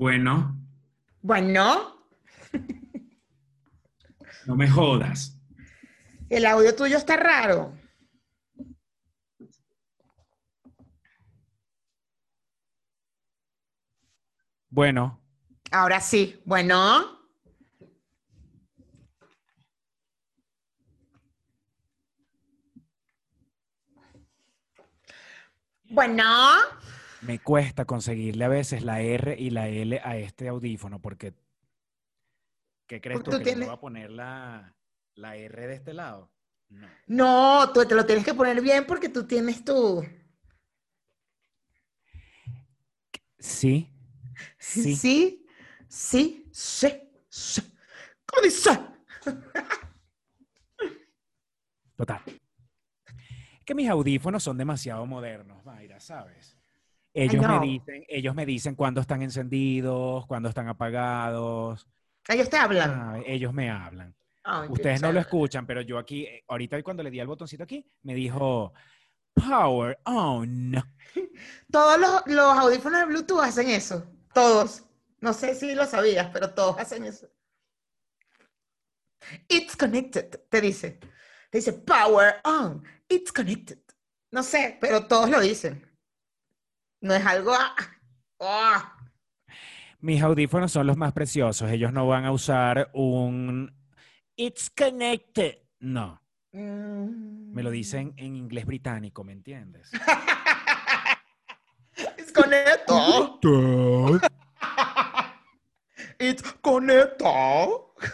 Bueno, Bueno, no me jodas. el audio tuyo está raro. Bueno, Ahora sí. Bueno. me cuesta conseguirle a veces la R y la L a este audífono porque, ¿qué crees Porque tú? tú ¿Que yo le tienes. voy a poner la R de este lado? No. No, tú te lo tienes que poner bien porque tú tienes tu. Sí, sí, Sí, sí, sí, sí. ¿Cómo dice? total. Es que mis audífonos son demasiado modernos, Mayra, ¿sabes? I know. Ellos me dicen cuándo están encendidos, cuándo están apagados. Ellos te hablan. Ellos me hablan. Ay, qué Ustedes no lo chévere. escuchan, pero yo aquí, ahorita cuando le di al botoncito aquí, me dijo Power On. Todos los audífonos de Bluetooth hacen eso. Todos. No sé si lo sabías, pero todos hacen eso. It's connected, te dice. Te dice power on. It's connected. No sé, pero todos lo dicen. No es algo. Ah. Mis audífonos son los más preciosos. Ellos no van a usar un It's connected. No, me lo dicen Mm. en inglés británico, ¿me entiendes? It's connected. Connected. It's connected.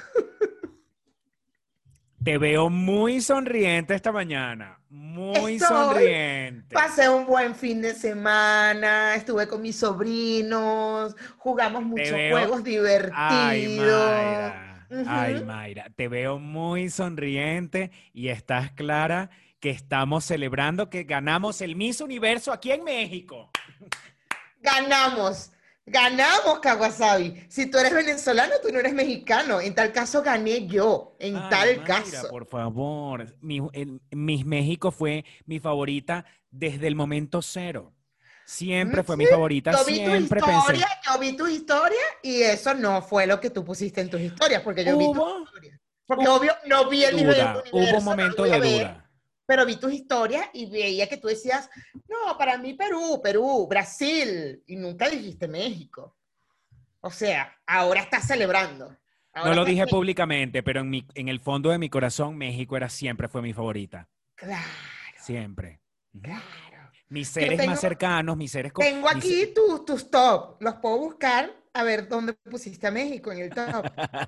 Te veo muy sonriente esta mañana. Muy Estoy. sonriente. Pasé un buen fin de semana, estuve con mis sobrinos, jugamos Te muchos veo. juegos Ay, divertidos. Mayra. Ay, Ujú. Mayra. Te veo muy sonriente y estás clara que estamos celebrando que ganamos el Miss Universo aquí en México. Ganamos, ganamos, Kawasabi. Si tú eres venezolano, tú no eres mexicano. En tal caso, gané yo. En Ay, tal Mayra, caso. por favor. Miss México fue mi favorita desde el momento cero. Siempre fue Sí, mi favorita. yo vi tu Siempre pensé. historia, yo vi tu historia y eso no fue lo que tú pusiste en tus historias, porque yo vi tus Hubo historias. un Porque obvio, no vi de el duda. Hubo un universo, no lo momento voy a de ver, duda. pero vi tus historias y veía que tú decías, no, para mí Perú, Perú, Brasil, y nunca dijiste México. O sea, ahora estás celebrando. No Ahora lo estás. dije públicamente, pero en el fondo de mi corazón, México siempre fue mi favorita. Claro, Siempre. Ujú. claro. Mis Yo seres más cercanos, tengo mis... aquí tus top. Los puedo buscar a ver dónde pusiste a México en el top.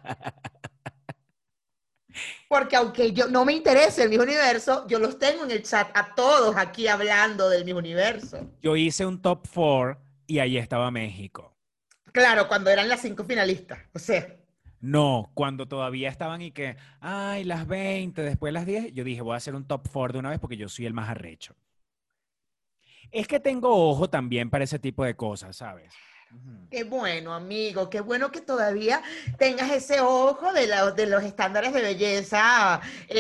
Porque aunque yo no me interese el mismo universo, yo los tengo en el chat a todos aquí hablando del mismo universo. Yo hice un top 4 y ahí estaba México. Claro, cuando eran las 5 finalistas. O sea, No, cuando todavía estaban y que, ay, las 20, después las 10, yo dije, voy a hacer un top 4 de una vez porque yo soy el más arrecho. Es que tengo ojo también para ese tipo de cosas, ¿sabes? Ujú. qué bueno, amigo, qué bueno que todavía tengas ese ojo de los estándares de belleza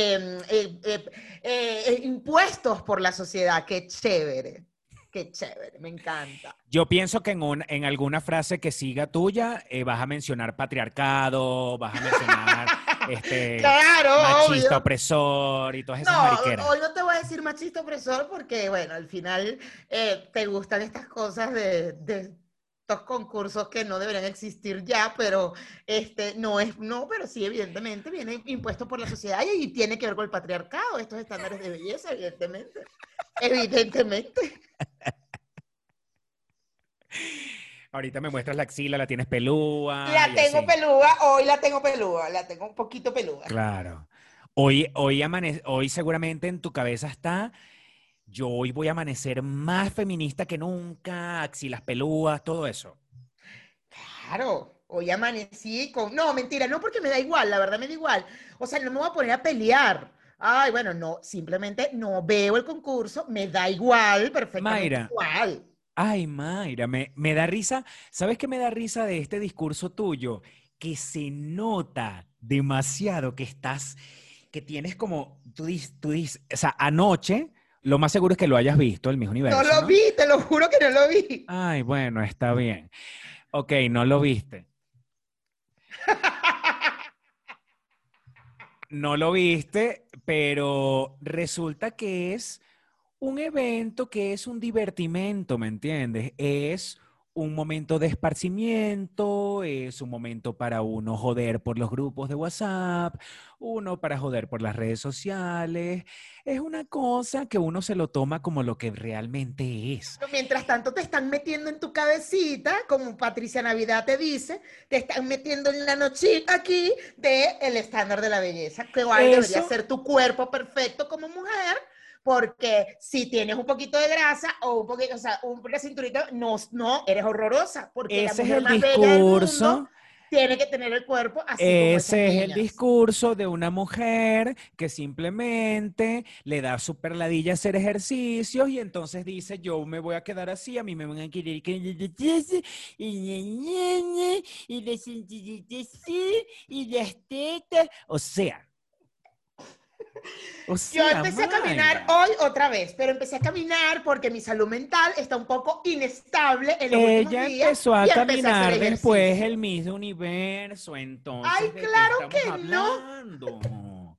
impuestos por la sociedad. Qué chévere, me encanta. Yo pienso que en alguna frase que siga tuya vas a mencionar patriarcado, vas a mencionar Claro, machista obvio. opresor y todas No, esas mariqueras. hoy no te voy a decir machista opresor porque, bueno, al final te gustan estas cosas de estos concursos que no deberían existir ya, pero no es, no, pero sí, evidentemente viene impuesto por la sociedad y tiene que ver con el patriarcado, estos estándares de belleza, evidentemente. Evidentemente. Ahorita me muestras la axila, la tienes pelúa La y tengo así. pelúa, hoy la tengo pelúa, la tengo un poquito pelúa. Claro. Hoy seguramente en tu cabeza está, yo hoy voy a amanecer más feminista que nunca, axilas pelúas, todo eso. Claro, hoy amanecí con. No, mentira, no porque me da igual, la verdad me da igual. O sea, no me voy a poner a pelear. Ay, bueno, no, simplemente no veo el concurso, me da igual, perfectamente Mayra, igual. ay, Mayra, me da risa. ¿Sabes qué me da risa de este discurso tuyo? Que se nota demasiado que que tienes como, tú dices, o sea, anoche, lo más seguro es que lo hayas visto, el mismo No universo, lo ¿no? vi, te lo juro que no lo vi. Ay, bueno, está bien. Ok, no lo viste. No lo viste, pero resulta que es un evento que es un divertimento, ¿me entiendes? Es un momento de esparcimiento, es un momento para uno joder por los grupos de WhatsApp, uno para joder por las redes sociales. Es una cosa que uno se lo toma como lo que realmente es. Pero mientras tanto te están metiendo en tu cabecita, como Patricia Navidad te dice, te están metiendo en la nochita aquí de el estándar de la belleza, que igual debería Eso, ser tu cuerpo perfecto como mujer, porque si tienes un poquito de grasa o un poquito, o sea, una cinturita, no, no, eres horrorosa, porque la ese es mujer el más bella del mundo discurso. tiene que tener el cuerpo así como esas Ese es el niñas. discurso de una mujer que simplemente le da su perladilla a hacer ejercicios y entonces dice, yo me voy a quedar así, a mí me van a querer que y la cinturita así y las tetas. Yo empecé a caminar Mayra, hoy otra vez, pero empecé a caminar porque mi salud mental está un poco inestable en los últimos ella días empezó a y empecé a hacer caminar después el ejercicio. Miss Universo, Ay, entonces, ¿de qué claro estamos que no. hablando?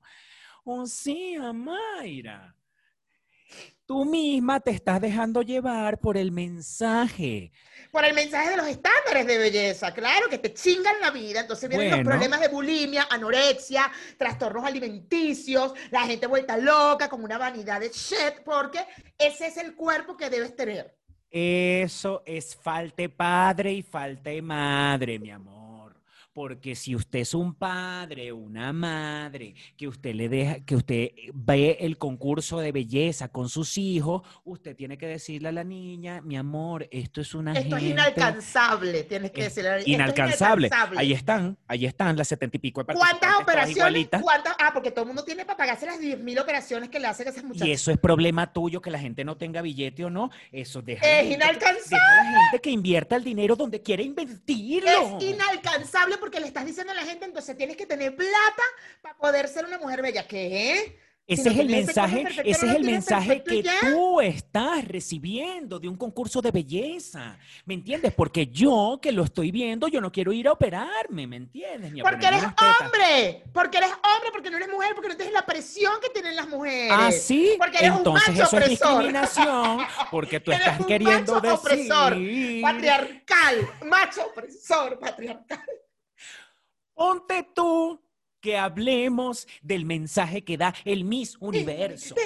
Mayra. Tú misma te estás dejando llevar por el mensaje. Por el mensaje de los estándares de belleza, claro, que te chingan la vida. Entonces vienen los Bueno, problemas de bulimia, anorexia, trastornos alimenticios, la gente vuelta loca con una vanidad de shit, porque ese es el cuerpo que debes tener. eso es falta de padre y falta de madre, mi amor. Porque si usted es un padre, una madre, que usted le deja, que usted ve el concurso de belleza con sus hijos, usted tiene que decirle a la niña, mi amor, esto es una Esto es gente inalcanzable, tienes que decirle, esto es inalcanzable. inalcanzable. Ahí están las 70 y pico de ¿Cuántas participantes, todas operaciones? igualitas. ¿Cuántas? Ah, porque todo el mundo tiene para pagarse las 10.000 operaciones que le hacen a esas Y muchachas. eso es problema tuyo, que la gente no tenga billete o no. Eso Es inalcanzable. deja a la gente que invierta el dinero donde quiere Es invertirlo. inalcanzable porque le estás diciendo a la gente, entonces tienes que tener plata para poder ser una mujer bella. ¿Qué? Si no tienes ese cuerpo perfecto, no Ese es lo el tienes mensaje perfecto y que ya. tú estás recibiendo de un concurso de belleza. ¿Me entiendes? Porque yo que lo estoy viendo, yo no quiero ir a operarme, ¿me entiendes? Ni a Porque ponerme eres unas tetas. hombre, porque no eres mujer, porque no tienes la presión que tienen las Ah, mujeres, sí, porque eres un entonces macho eso es opresor. discriminación, porque tú Eres estás un macho queriendo opresor, decir, patriarcal, macho opresor, patriarcal. ponte tú que hablemos del mensaje que da el Miss Universo.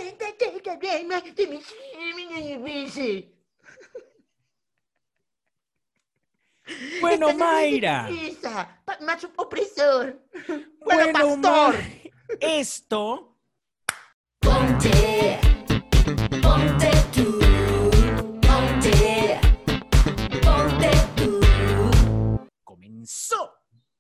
Bueno, Estás hablando de Mayra, belleza, macho opresor. Bueno, bueno, pastor. esto Ponte, ponte tú, ponte, ponte tú. comenzó.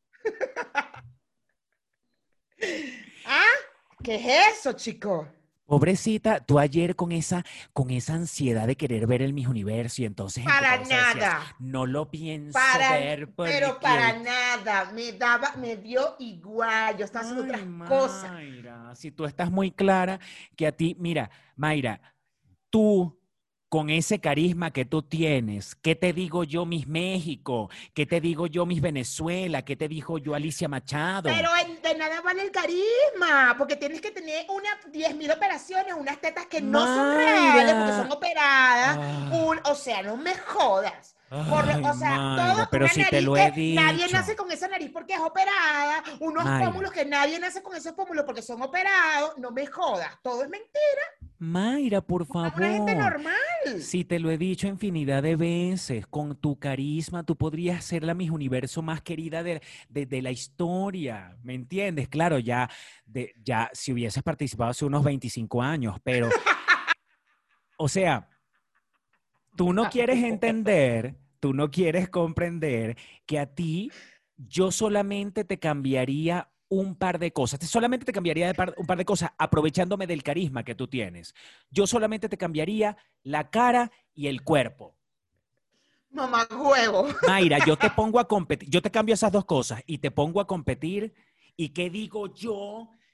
¿Ah? ¿Qué es eso, chico? Pobrecita, tú ayer con esa ansiedad de querer ver el Miss Universo y entonces en tu Para cabeza decías, nada. no lo pienso Para, ver pero porque para el... nada. Me dio igual. Yo estaba haciendo Ay, otras cosas. Mayra, si tú estás muy clara que a ti, mira, Mayra, tú con ese carisma que tú tienes, ¿qué te digo yo, Miss México? ¿Qué te digo yo, Miss Venezuela? ¿Qué te dijo yo, Alicia Machado? Pero de nada vale el carisma, porque tienes que tener unas 10.000 operaciones, unas tetas que no son reales, porque son Mayra. operadas. Ah, O sea, no me jodas. ay, O sea, todo Mayra, pero una si te nariz lo que he nadie nace dicho. con esa nariz porque es operada, unos pómulos Mayra, que nadie nace con esos pómulos porque son operados. No me jodas, todo es mentira. Mayra, por Una gente favor. normal. Si te lo he dicho infinidad de veces, con tu carisma tú podrías ser la Miss Universo más querida de la historia, ¿me entiendes? Claro, ya si hubieses participado hace unos 25 años, pero, o sea, tú no quieres entender, tú no quieres comprender que a ti yo solamente te cambiaría un par de cosas. Solamente te cambiaría un par de cosas aprovechándome del carisma que tú tienes. Yo solamente te cambiaría la cara y el cuerpo. Mamá huevo. Mayra, yo te pongo a competir, yo te cambio esas dos cosas y te pongo a competir. ¿Y qué digo yo?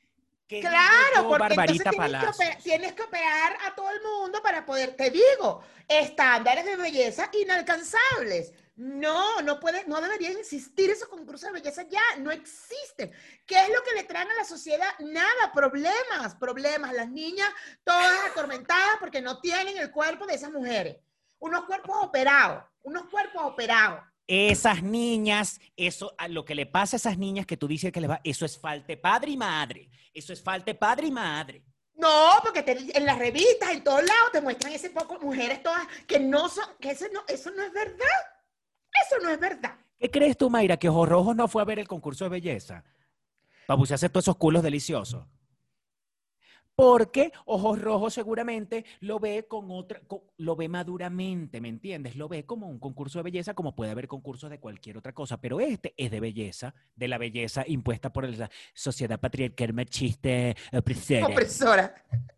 ¿Qué digo Claro, yo, porque entonces Barbarita tienes que, Palazzo? tienes que operar a todo el mundo para poder, te digo, estándares de belleza inalcanzables. No, no puede, no deberían existir esos concursos de belleza ya, no existen. ¿Qué es lo que le traen a la sociedad? Nada, problemas, problemas. Las niñas todas atormentadas porque no tienen el cuerpo de esas mujeres. Unos cuerpos operados, unos cuerpos operados. Esas niñas, eso, a lo que le pasa a esas niñas que tú dices que les va, eso es falta de padre y madre. Eso es falta de padre y madre. No, porque en las revistas, en todos lados, te muestran ese poco mujeres todas que no son, que eso no es verdad. Eso no es verdad. ¿Qué crees tú, Mayra, que Ojos Rojos no fue a ver el concurso de belleza? Para bucearse todos esos culos deliciosos. Porque Ojos Rojos seguramente lo ve lo ve maduramente, ¿me entiendes? Lo ve como un concurso de belleza, como puede haber concursos de cualquier otra cosa, pero este es de belleza, de la belleza impuesta por la sociedad patriarcal machista opresora. Opresora.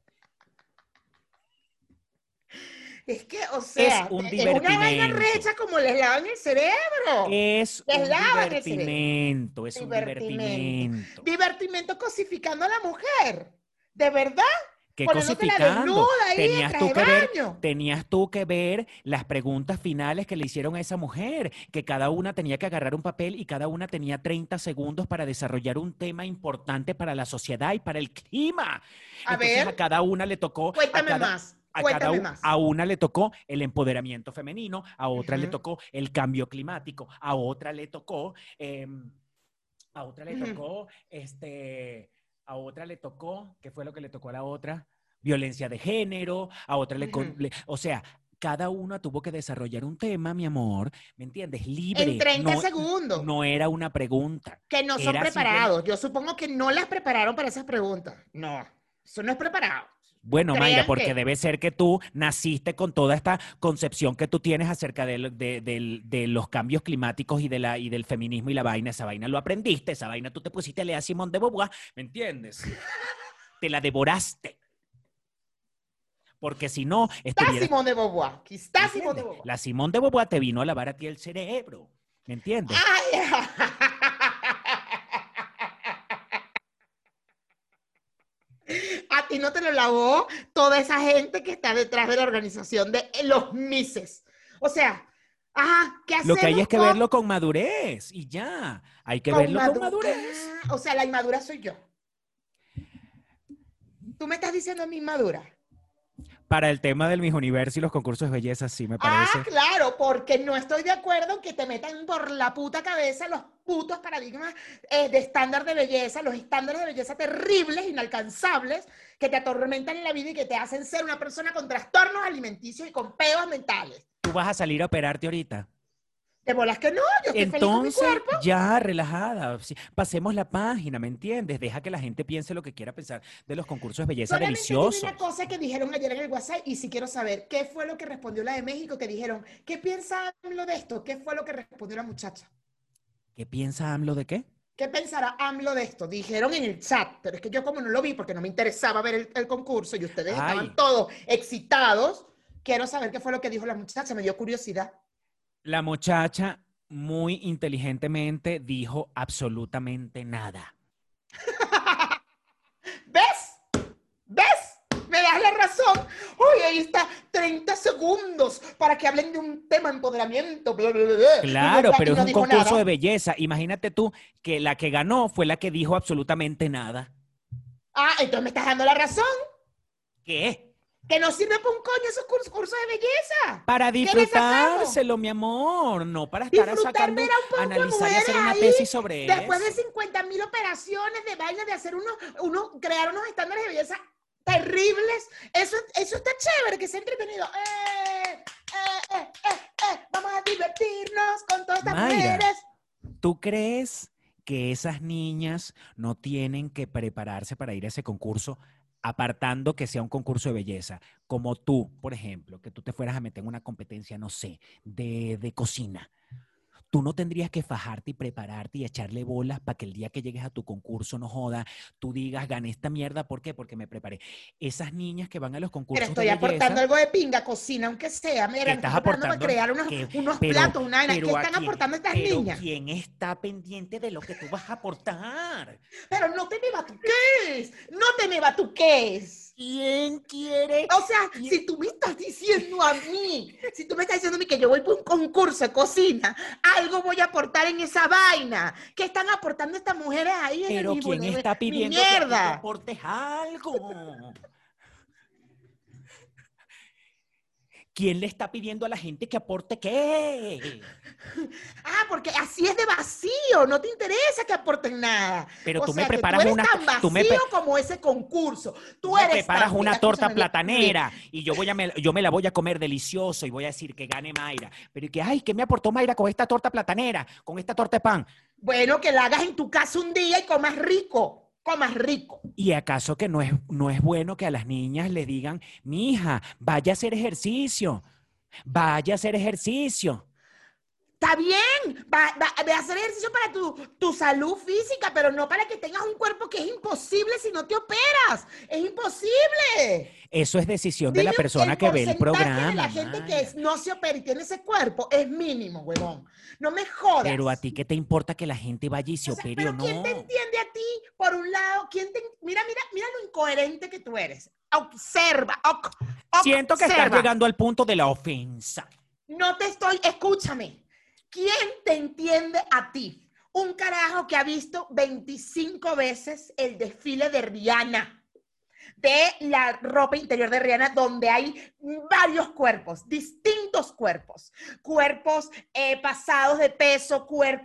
Es que, o Es sea, un es una vaina divertimento. recha como les lavan el cerebro. Es Les un lavan el cerebro. divertimento, es un Divertimento. divertimento. Divertimento cosificando a la mujer. ¿De verdad? ¿Qué Poniéndotela cosificando? desnuda ahí en traje de baño. Tenías tú que ver las preguntas finales que le hicieron a esa mujer, que cada una tenía que agarrar un papel y cada una tenía 30 segundos para desarrollar un tema importante para la sociedad y para el clima. A Entonces a ver, cada una le tocó, cuéntame más. Cuéntame más. a una le tocó el empoderamiento femenino, a otra le Ujú, tocó el cambio climático, a otra le tocó, a otra le ujú. tocó, a otra le tocó, ¿qué fue lo que le tocó a la otra? Violencia de género, a otra Ujú. o sea, cada una tuvo que desarrollar un tema, mi amor, ¿me entiendes? En Libre, 30 segundos. no era una pregunta, Que no son era simplemente, preparados. Yo supongo que no las prepararon para esas preguntas. No, eso no es preparado. No bueno, Mayra, crean porque que... debe ser que tú naciste con toda esta concepción que tú tienes acerca de los cambios climáticos y del feminismo y la vaina, esa vaina lo aprendiste, esa vaina tú te pusiste a leer a Simone de Beauvoir, ¿me entiendes? Te la devoraste. Porque si no, Está estuvieras... Simone de Beauvoir. Aquí ¿Me está Simone de entiendes? Beauvoir. La Simone de Beauvoir te vino a lavar a ti el cerebro, ¿me entiendes? Ay, a ti no te lo lavó toda esa gente que está detrás de la organización de los Mises. O sea, ajá, ¿qué Lo que hay hacemos es que verlo con madurez y ya. Hay que verlo con madurez. O sea, la inmadura soy yo. Tú me estás diciendo a mí inmadura. Para el tema del Miss Universo y los concursos de belleza, sí me parece. Ah, claro, porque no estoy de acuerdo en que te metan por la puta cabeza los putos paradigmas de estándar de belleza, los estándares de belleza terribles, inalcanzables, que te atormentan en la vida y que te hacen ser una persona con trastornos alimenticios y con peos mentales. Tú vas a salir a operarte ahorita. ¿De bolas que no? Yo estoy feliz con mi Entonces, cuerpo. ya, relajada. Sí, pasemos la página, ¿me entiendes? Deja que la gente piense lo que quiera pensar de los concursos de belleza Solamente tiene deliciosos. una cosa que dijeron ayer en el WhatsApp y si quiero saber qué fue lo que respondió la de México, que dijeron, ¿qué piensa AMLO de esto? ¿Qué fue lo que respondió la muchacha? ¿Qué piensa AMLO de qué? ¿Qué pensará AMLO de esto? Dijeron en el chat, pero es que yo como no lo vi porque no me interesaba ver el concurso y ustedes Ay. estaban todos excitados, quiero saber qué fue lo que dijo la muchacha, me dio curiosidad. La muchacha muy inteligentemente dijo absolutamente nada. ¿Ves? ¿Ves? Me das la razón. Uy, ahí está, 30 segundos para que hablen de un tema empoderamiento. Bla, bla, bla, bla. Claro, Y pero es no un dijo concurso nada. de belleza. Imagínate tú que la que ganó fue la que dijo absolutamente nada. Ah, entonces me estás dando la razón. ¿Qué? Que no sirve para un coño esos cursos de belleza. Para ¿Qué le sacamos? disfrutárselo, mi amor, no para estar Disfrutar sacando, ver a un poco de analizar y mujeres hacer una ahí, tesis sobre después de eso. 50.000 operaciones de vaina, de hacer crear unos estándares de belleza terribles. Eso está chévere, que sea entretenido. Vamos a divertirnos con todas estas Mayra, mujeres. ¿tú crees que esas niñas no tienen que prepararse para ir a ese concurso, apartando que sea un concurso de belleza? Como tú, por ejemplo, que tú te fueras a meter en una competencia, no sé, de cocina. tú no tendrías que fajarte y prepararte y echarle bolas para que el día que llegues a tu concurso, no joda, tú digas, gané esta mierda. ¿Por qué? Porque me preparé. Esas niñas que van a los Pero concursos de estoy aportando belleza, algo de pinga, cocina, aunque sea. que Mira, me estás estoy preparando para aportando, crear unos platos, una vaina. ¿Qué pero están aportando estas pero niñas? ¿quién está pendiente de lo que tú vas a aportar? Pero no te me batuques, no te me batuques. ¿Quién quiere? O sea, si tú me estás diciendo a mí, si tú me estás diciendo a mí que yo voy por un concurso de cocina, algo voy a aportar en esa vaina. ¿Qué están aportando estas mujeres ahí en Pero mi ¿quién está mi pidiendo que a ti te mierda? aportes algo? ¿Quién le está pidiendo a la gente que aporte qué? Ah, porque así es de vacío, no te interesa que aporten nada. Pero O tú me sea, que tú preparas eres una, tan tú me, vacío pre- como ese concurso. tú Tú me eres preparas tan, una mira, torta escúchame bien, bien. platanera y yo me la voy a comer delicioso y voy a decir que gane Mayra. Pero y que, ay, ¿qué me aportó Mayra con esta torta platanera, con esta torta de pan? Bueno, que la hagas en tu casa un día y comas rico, comas rico. ¿Y acaso que no es bueno que a las niñas le digan, mi hija, vaya a hacer ejercicio, vaya a hacer ejercicio? Está bien, ve a hacer ejercicio para tu salud física, pero no para que tengas un cuerpo que es imposible si no te operas. Es imposible. Eso es decisión de Dime la persona el que ve el porcentaje de programa, la gente que Mayra. no se opera y tiene ese cuerpo es mínimo, huevón. No me jodas. Pero a ti, ¿qué te importa que la gente vaya y se O sea, opere o pero ¿quién te no? entiende a ti? Por un lado, mira lo incoherente que tú eres. Observa, Siento que estás observa. llegando al punto de la ofensa. No te estoy, escúchame. ¿Quién te entiende a ti? Un carajo que ha visto 25 veces el desfile de Rihanna, de la ropa interior de Rihanna, donde hay varios cuerpos, distintos cuerpos, cuerpos pasados de peso,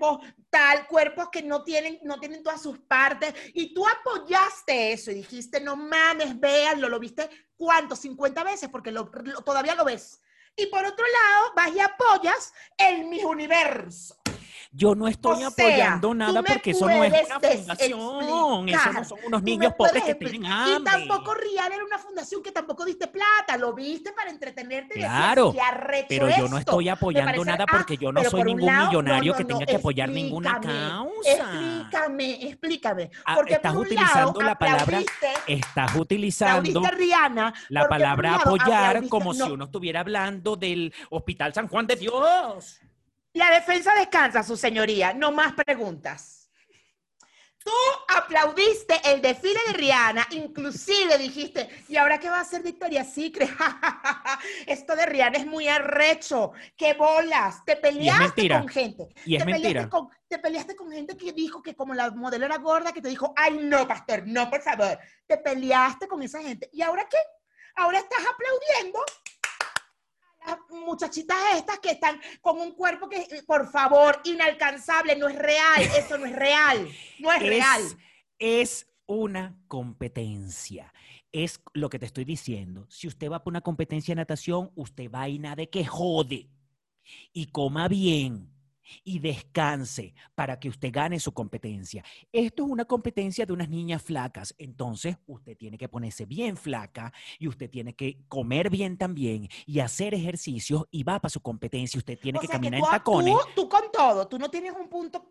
cuerpos que no tienen todas sus partes, y tú apoyaste eso y dijiste, no mames, véanlo, lo viste, ¿cuánto? 50 veces, porque todavía lo ves. Y por otro lado, vas y apoyas el Miss Universo. Yo no estoy O sea, apoyando tú nada me porque eso no es puedes una fundación. Eso no son unos niños pobres que tienen Y hambre. tampoco Rihanna era una fundación que tampoco diste plata, lo viste para entretenerte y Claro, decías, qué arrecho pero yo no esto. estoy Me apoyando parece, nada porque yo no pero soy por un ningún lado, millonario que tenga que apoyar ninguna causa. explícame. Ah, Porque por un lado estás aplaudiste utilizando a Rihanna, la porque por un palabra lado apoyar como si no. uno estuviera hablando del Hospital San Juan de Dios. La defensa descansa, su señoría. No más preguntas. Tú aplaudiste el desfile de Rihanna, inclusive dijiste, ¿y ahora qué va a hacer Victoria's Secret? Esto de Rihanna es muy arrecho. ¡Qué bolas! Te peleaste con gente. Y es mentira. Te peleaste con gente que dijo que como la modelo era gorda, que te dijo, ay, no, pastor, no, por favor. Te peleaste con esa gente. ¿Y ahora qué? Ahora estás aplaudiendo las muchachitas estas que están con un cuerpo que, por favor, inalcanzable, no es real, eso no es real, no es real. Es una competencia. Es lo que te estoy diciendo. Si usted va por una competencia de natación, usted va y nade que jode. Y coma bien. Y descanse para que usted gane su competencia. Esto es una competencia de unas niñas flacas, entonces usted tiene que ponerse bien flaca y usd tiene que comer bien también y hacer ejercicios y va para su competencia. Usted tiene que caminar en tacones. Tú con todo, tú no tienes un punto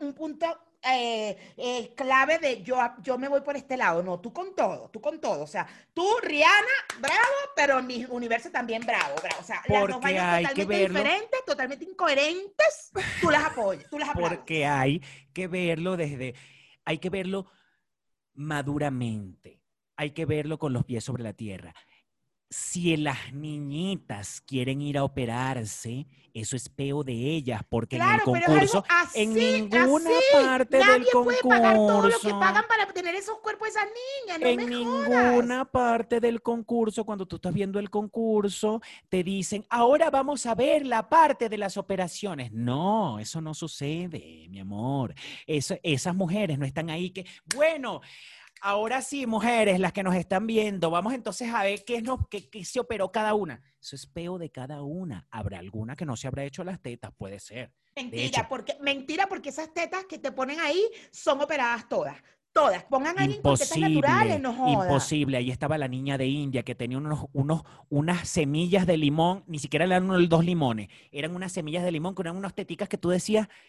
clave de yo me voy por este lado, no, tú con todo, o sea, tú Rihanna, bravo, pero mi universo también bravo, o sea, las dos vainas totalmente diferentes, totalmente incoherentes, tú las apoyas, tú las aplaudes. Porque hay que verlo hay que verlo maduramente, hay que verlo con los pies sobre la tierra. Si las niñitas quieren ir a operarse, eso es peo de ellas, porque claro, en el concurso, así, en ninguna parte del concurso, nadie puede pagar todo lo que pagan para tener esos cuerpos de esas niñas, no en me ninguna jodas. parte del concurso, cuando tú estás viendo el concurso, te dicen, ahora vamos a ver la parte de las operaciones. No, eso no sucede, mi amor. Esas mujeres no están ahí que, bueno, ahora sí, mujeres, las que nos están viendo, vamos entonces a ver qué se operó cada una. Eso es peo de cada una. Habrá alguna que no se habrá hecho las tetas, puede ser. Mentira, porque esas tetas que te ponen ahí son operadas todas. Todas. Pongan a alguien con tetas naturales, no jodas. Imposible. Ahí estaba la niña de India que tenía unas semillas de limón, ni siquiera eran 2 limones, eran unas semillas de limón con unas teticas que tú decías,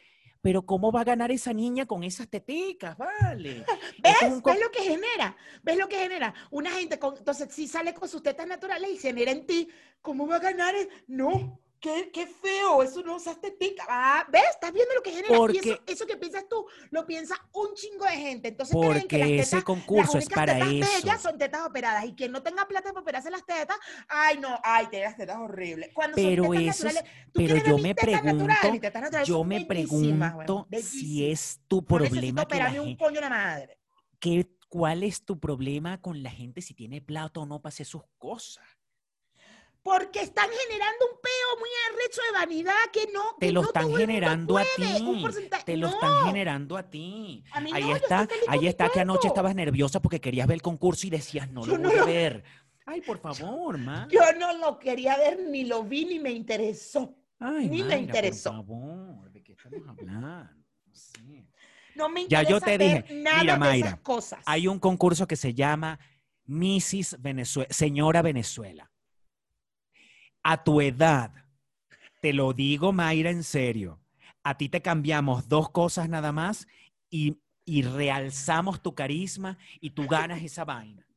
pero ¿cómo va a ganar esa niña con esas teticas, vale? ¿Ves? Esto es un ¿Ves lo que genera? ¿Ves lo que genera? Una gente entonces si sale con sus tetas naturales y genera en ti, ¿cómo va a ganar? No, qué feo, eso no usas tetica. Ah, ¿ves? ¿Estás viendo lo que genera? Y porque, eso que piensas tú, lo piensa un chingo de gente. Entonces creen que porque ese las concurso es únicas para tetas bellas eso. son tetas operadas. Y quien no tenga plata para operarse las tetas, ay no, ay, tiene las tetas horribles. Cuando son Pero tetas eso naturales, es, tú pero quieres ver mis tetas naturales yo son me bellísimas, weón, pregunto si bellísimas. es tu No necesito problema que la operarme un gente, coño de la madre. ¿cuál es tu problema con la gente si tiene plata o no para hacer sus cosas? Porque están generando un peo muy arrecho de vanidad Te que lo no están todo el mundo generando a puede. Un ti, porcentaje. te lo No, están generando a ti. a mí no, yo estoy feliz con Ahí mi está que anoche cuerpo. estabas nerviosa porque querías ver el concurso y decías, no lo Yo no voy a lo, ver. Ay, por favor, yo Mayra. no lo quería ver, ni lo vi, ni me interesó. Ay, Ni me Mayra, por interesó. favor, ¿de qué estamos hablando? No sé. No me Ya yo interesa te dije, ver mira, nada de esas Mayra, hay cosas. un concurso que se llama Mrs. Venezuela, Señora Venezuela. A tu edad, te lo digo, Mayra, en serio, a ti te cambiamos dos cosas nada más y realzamos tu carisma y tú ganas esa vaina.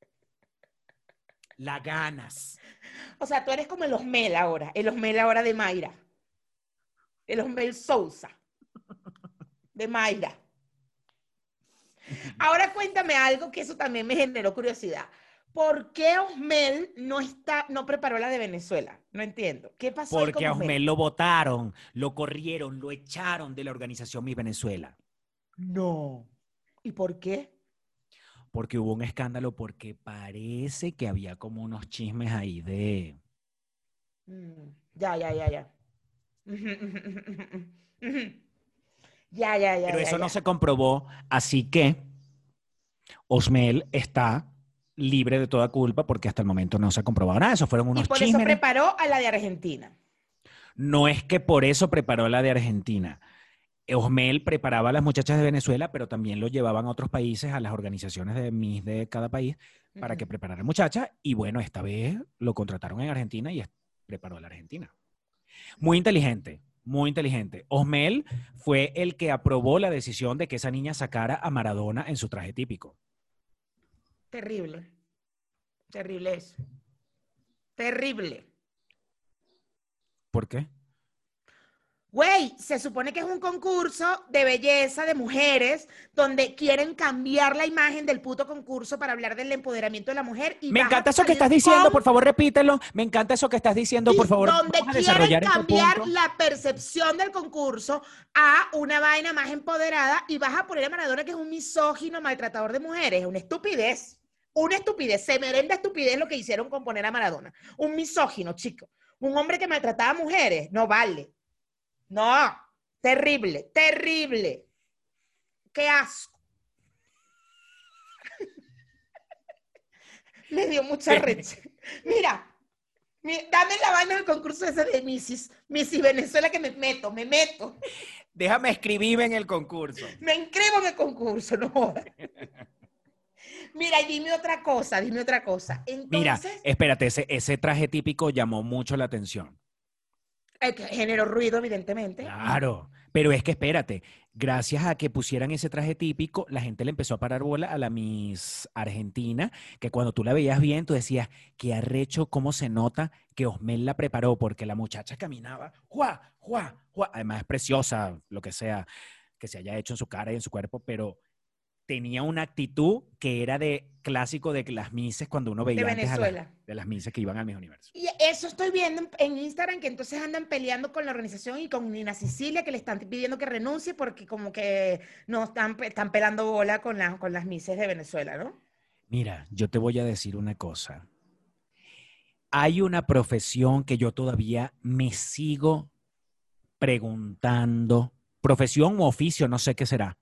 La ganas. O sea, tú eres como el Osmel ahora de Mayra. El Osmel Sousa de Mayra. Ahora cuéntame algo que eso también me generó curiosidad. ¿Por qué Osmel no preparó la de Venezuela? No entiendo. ¿Qué pasó ahí Porque con a Osmel? Osmel lo votaron, lo corrieron, lo echaron de la organización Mi Venezuela. No. ¿Y por qué? Porque hubo un escándalo, porque parece que había como unos chismes ahí de... Ya, ya, ya, ya. Ya, ya, ya, Pero ya, eso no ya. se comprobó, así que Osmel está libre de toda culpa porque hasta el momento no se ha comprobado nada. Eso fueron Y unos por eso chismes. preparó a la de Argentina. No es que por eso preparó la de Argentina. Osmel preparaba a las muchachas de Venezuela, pero también lo llevaban a otros países, a las organizaciones de Miss de cada país, para que prepararan muchachas. Y bueno, esta vez lo contrataron en Argentina y preparó a la Argentina. Muy inteligente, muy inteligente. Osmel fue el que aprobó la decisión de que esa niña sacara a Maradona en su traje típico. Terrible. Terrible eso. Terrible. ¿Por qué? Güey, se supone que es un concurso de belleza de mujeres donde quieren cambiar la imagen del puto concurso para hablar del empoderamiento de la mujer y Me vas encanta a eso que salir estás diciendo, con por favor, repítelo. Me encanta eso que estás diciendo, por favor, donde vamos a quieren desarrollar ese cambiar punto. la percepción del concurso a una vaina más empoderada y vas a poner a Maradona que es un misógino maltratador de mujeres, una estupidez. Una estupidez, se merenda estupidez lo que hicieron con poner a Maradona. Un misógino, chico. Un hombre que maltrataba a mujeres, no vale. No, terrible, terrible. Qué asco. Me dio mucha recha. Mira, dame la vaina del concurso ese de Missis Venezuela que me meto. Déjame escribirme en el concurso. Me inscribo en el concurso, no jodas. Mira, y dime otra cosa, dime otra cosa. Mira, Entonces, espérate, ese traje típico llamó mucho la atención. que generó ruido, evidentemente. Claro, pero es que espérate, gracias a que pusieran ese traje típico, la gente le empezó a parar bola a la Miss Argentina, que cuando tú la veías bien, tú decías, qué arrecho, cómo se nota que Osmel la preparó, porque la muchacha caminaba, ¡juá, juá, juá! Además es preciosa, lo que sea que se haya hecho en su cara y en su cuerpo, pero tenía una actitud que era de clásico de las Misses cuando uno De veía antes Venezuela. de las Misses que iban al Miss Universo. Y eso estoy viendo en Instagram, que entonces andan peleando con la organización y con Nina Sicilia, que le están pidiendo que renuncie porque como que no están pelando bola con las Misses de Venezuela, ¿no? Mira, yo te voy a decir una cosa. Hay una profesión que yo todavía me sigo preguntando, profesión u oficio, no sé qué será.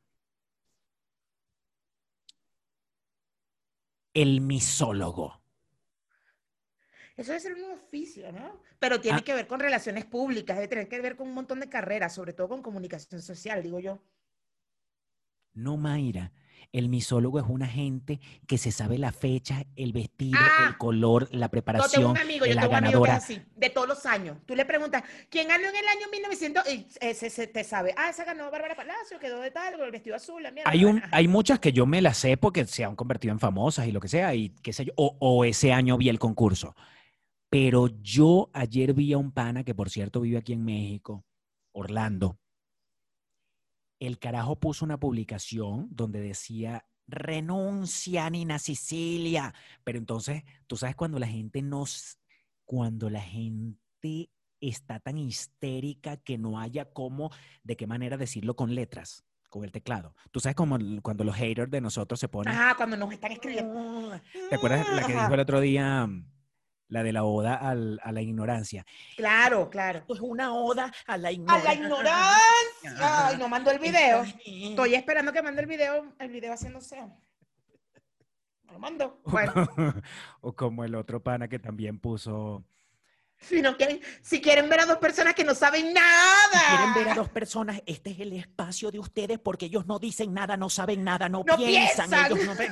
El misólogo. Eso debe ser un oficio, ¿no? Pero tiene Ah, que ver con relaciones públicas, debe tener que ver con un montón de carreras, sobre todo con comunicación social, digo yo. no, Mayra. El misólogo es una gente que se sabe la fecha, el vestido, el Ah, color, la yo tengo preparación, yo la tengo un amigo que es ganadora. así, de todos los años. Tú le preguntas, ¿quién ganó en el año 1900? Y te sabe. Ah, esa ganó Bárbara Palacio, quedó de tal, con el vestido azul, la mierda. Bueno, ajá. Hay muchas que yo me las sé porque se han convertido en famosas y lo que sea, y qué sé yo, o ese año vi el concurso. Pero yo ayer vi a un pana que, por cierto, vive aquí en México, Orlando. El carajo puso una publicación donde decía, renuncia, Nina Sicilia. Pero entonces, tú sabes cuando la gente cuando la gente está tan histérica que no haya cómo, de qué manera decirlo con letras, con el teclado. Tú sabes como cuando los haters de nosotros se ponen, Ajá, cuando nos están escribiendo. ¿te acuerdas la que dijo el Ajá, otro día, la de la oda a la ignorancia? claro, claro. Esto es una oda a la A la ignorancia. ignorancia. Ay, no mandó el video. Estoy esperando que mande el video haciéndose. No lo mando. O, Bueno, o como el otro pana que también puso, si quieren ver a dos personas que no saben si quieren ver a nada, dos personas, este es el espacio de ustedes porque ellos no dicen nada, no saben nada, no no piensan, piensan. ellos no ven.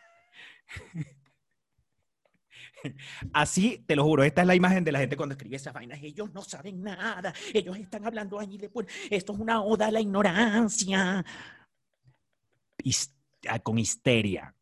Así, te lo juro, esta es la imagen de la gente cuando escribe esas vainas. Ellos no saben nada, ellos están hablando allí después. Esto es una oda a la ignorancia. Con histeria.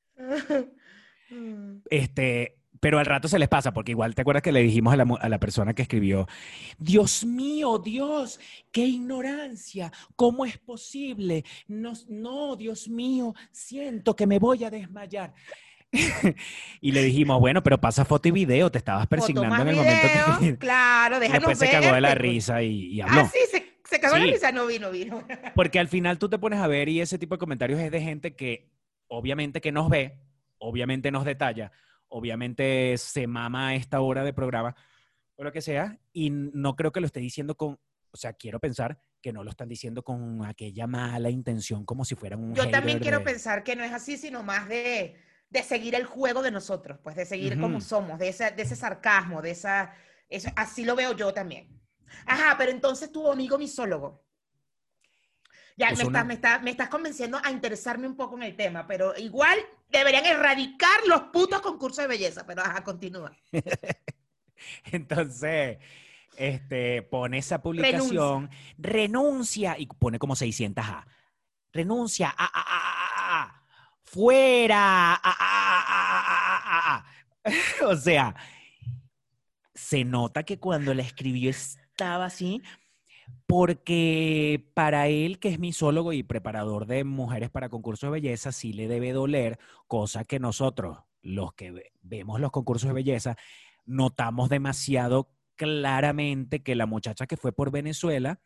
Pero al rato se les pasa, porque igual te acuerdas que le dijimos a la persona que escribió, Dios mío, Dios, qué ignorancia, ¿cómo es posible? No, no, Dios mío, siento que me voy a desmayar. Y le dijimos, bueno, pero pasa foto y video, te estabas Foto persignando más en el momento video, que... claro, Y después déjanos se cagó de la verte. Pues. risa y Ah, habló. sí, se cagó la Sí, risa. No vino, vino. porque al final tú te pones a ver y ese tipo de comentarios es de gente que obviamente que nos ve, obviamente nos detalla, obviamente se mama a esta hora de programa o lo que sea, y no creo que lo esté diciendo o sea, quiero pensar que no lo están diciendo con aquella mala intención como si fueran un Yo también hater quiero de... pensar que no es así, sino más de seguir el juego de nosotros, pues de seguir como Ujú. somos, de ese sarcasmo, así lo veo yo también. Ajá, pero entonces tu amigo misólogo, ya Puso una... me estás convenciendo a interesarme un poco en el tema, pero igual deberían erradicar los putos concursos de belleza, pero ajá, continúa. Entonces, pone esa Renuncia. publicación, renuncia, y pone como 600 A. Renuncia, fuera, O sea, se nota que cuando la escribió estaba así, porque para él, que es misólogo y preparador de mujeres para concursos de belleza, sí le debe doler, cosa que nosotros, los que vemos los concursos de belleza, notamos demasiado claramente que la muchacha que fue por Venezuela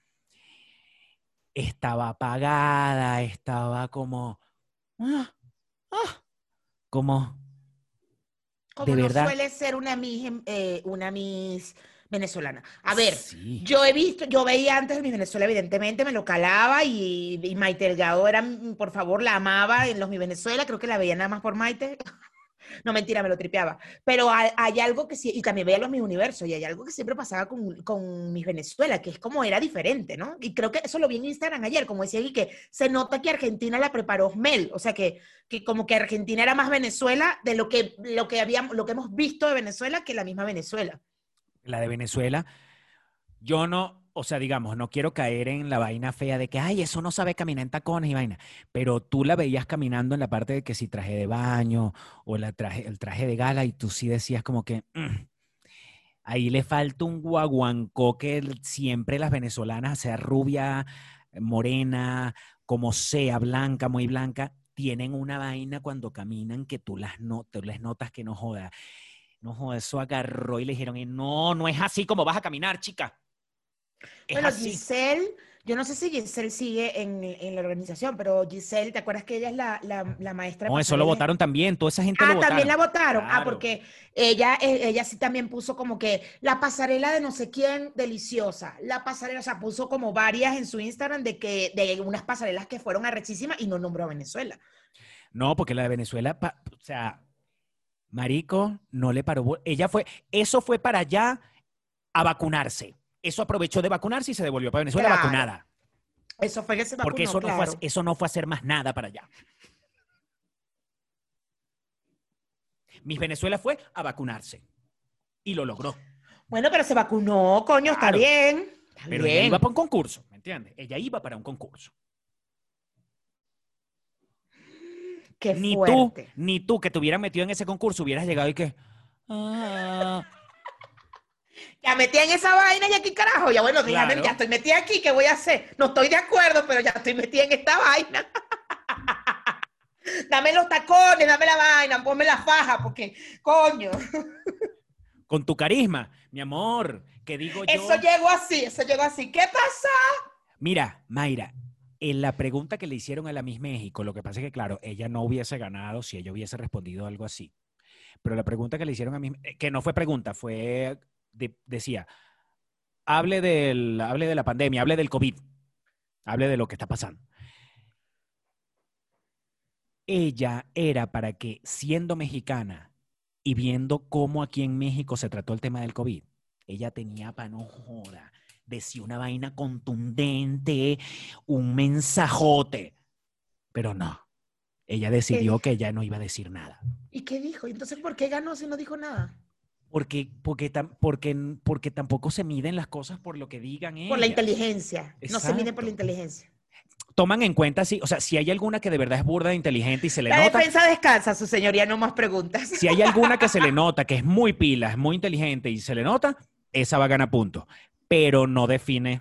estaba apagada, estaba como, ah, ah, como, de Como no verdad, suele ser una Miss venezolana. A ver, sí. yo veía antes de Miss Venezuela, evidentemente, me lo calaba y Maite Delgado era, por favor, la amaba en los Miss Venezuela, creo que la veía nada más por Maite. No, mentira, me lo tripeaba. Pero hay algo que sí, y también veía los Miss Universo, y hay algo que siempre pasaba con Miss Venezuela, que es como era diferente, ¿no? Y creo que eso lo vi en Instagram ayer, como decía, y que se nota que Argentina la preparó Mel, o sea que como que Argentina era más Venezuela de lo que hemos visto de Venezuela que la misma Venezuela. La de Venezuela. Yo no, o sea, digamos, no quiero caer en la vaina fea de que, ay, eso no sabe caminar en tacones y vaina, pero tú la veías caminando en la parte de que si traje de baño o el traje de gala y tú sí decías como que, ahí le falta un guaguancó que siempre las venezolanas, sea rubia, morena, como sea, blanca, muy blanca, tienen una vaina cuando caminan que tú les notas que no joda. No joda, eso agarró y le dijeron, no, no es así como vas a caminar, chica. Es Bueno, así. Giselle, yo no sé si Giselle sigue en la organización, pero Giselle, ¿te acuerdas que ella es la maestra de No, eso lo pasarelas? votaron también, toda esa gente lo Ah, también la votaron. votaron. Ah, Claro. porque ella sí también puso como que la pasarela de no sé quién, deliciosa. La pasarela, o sea, puso como varias en su Instagram de unas pasarelas que fueron arrechísimas y no nombró a Venezuela. No, porque la de Venezuela, o sea, Marico, no le paró. Ella fue, eso fue para allá a vacunarse. Eso aprovechó de vacunarse y se devolvió para Venezuela Claro. vacunada. Eso fue que se Porque vacunó, claro. eso no fue a hacer más nada para allá. Miss Venezuela fue a vacunarse y lo logró. Bueno, pero se vacunó, coño, está Claro. bien. Está Pero ella bien. iba para un concurso, ¿me entiendes? Ella iba para un concurso. Qué Ni fuerte. tú que te hubieras metido en ese concurso hubieras llegado y que... Ah, Ya metí en esa vaina y aquí carajo. Ya bueno, déjame, claro. ya estoy metida aquí, ¿qué voy a hacer? No estoy de acuerdo, pero ya estoy metida en esta vaina. Dame los tacones, dame la vaina, ponme la faja, porque, coño, Con tu carisma, mi amor, que digo yo... eso llegó así. ¿Qué pasa? Mira, Mayra, en la pregunta que le hicieron a la Miss México, lo que pasa es que, claro, ella no hubiese ganado si ella hubiese respondido algo así. Pero la pregunta que le hicieron a Miss, que no fue pregunta, fue, decía, hable de la pandemia, hable del COVID, hable de lo que está pasando. Ella era para que, siendo mexicana y viendo cómo aquí en México se trató el tema del COVID, ella tenía para no joda, decía una vaina contundente, un mensajote, pero no. Ella decidió que ella no iba a decir nada. ¿Y qué dijo? Entonces, ¿por qué ganó si no dijo nada? Porque tampoco se miden las cosas por lo que digan Por la ellas. inteligencia. No se mide por la Exacto. inteligencia. Toman en cuenta, o sea, si hay alguna que de verdad es burda de inteligente y se le La nota, defensa descansa, su señoría, no más preguntas. si hay alguna que se le nota que es muy pila, es muy inteligente y se le nota, esa va a ganar puntos. Pero no define.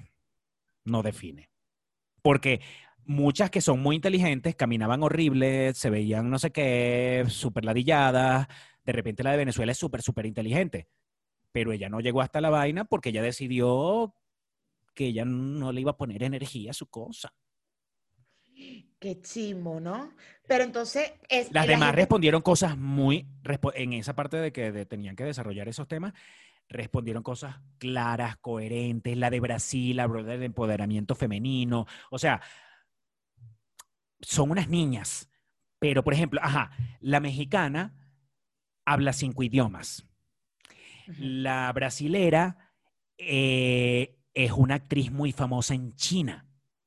Porque muchas que son muy inteligentes caminaban horribles, se veían no sé qué, súper ladilladas. De repente la de Venezuela es súper inteligente. Pero ella no llegó hasta la vaina porque ella decidió que ella no le iba a poner energía a su cosa. Qué chimo, ¿no? Pero entonces, Las la demás gente... respondieron cosas en esa parte de que tenían que desarrollar esos temas, respondieron cosas claras, coherentes. La de Brasil habló del empoderamiento femenino. O sea, son unas niñas. Pero, por ejemplo, la mexicana habla 5 idiomas. La brasilera es una actriz muy famosa en China.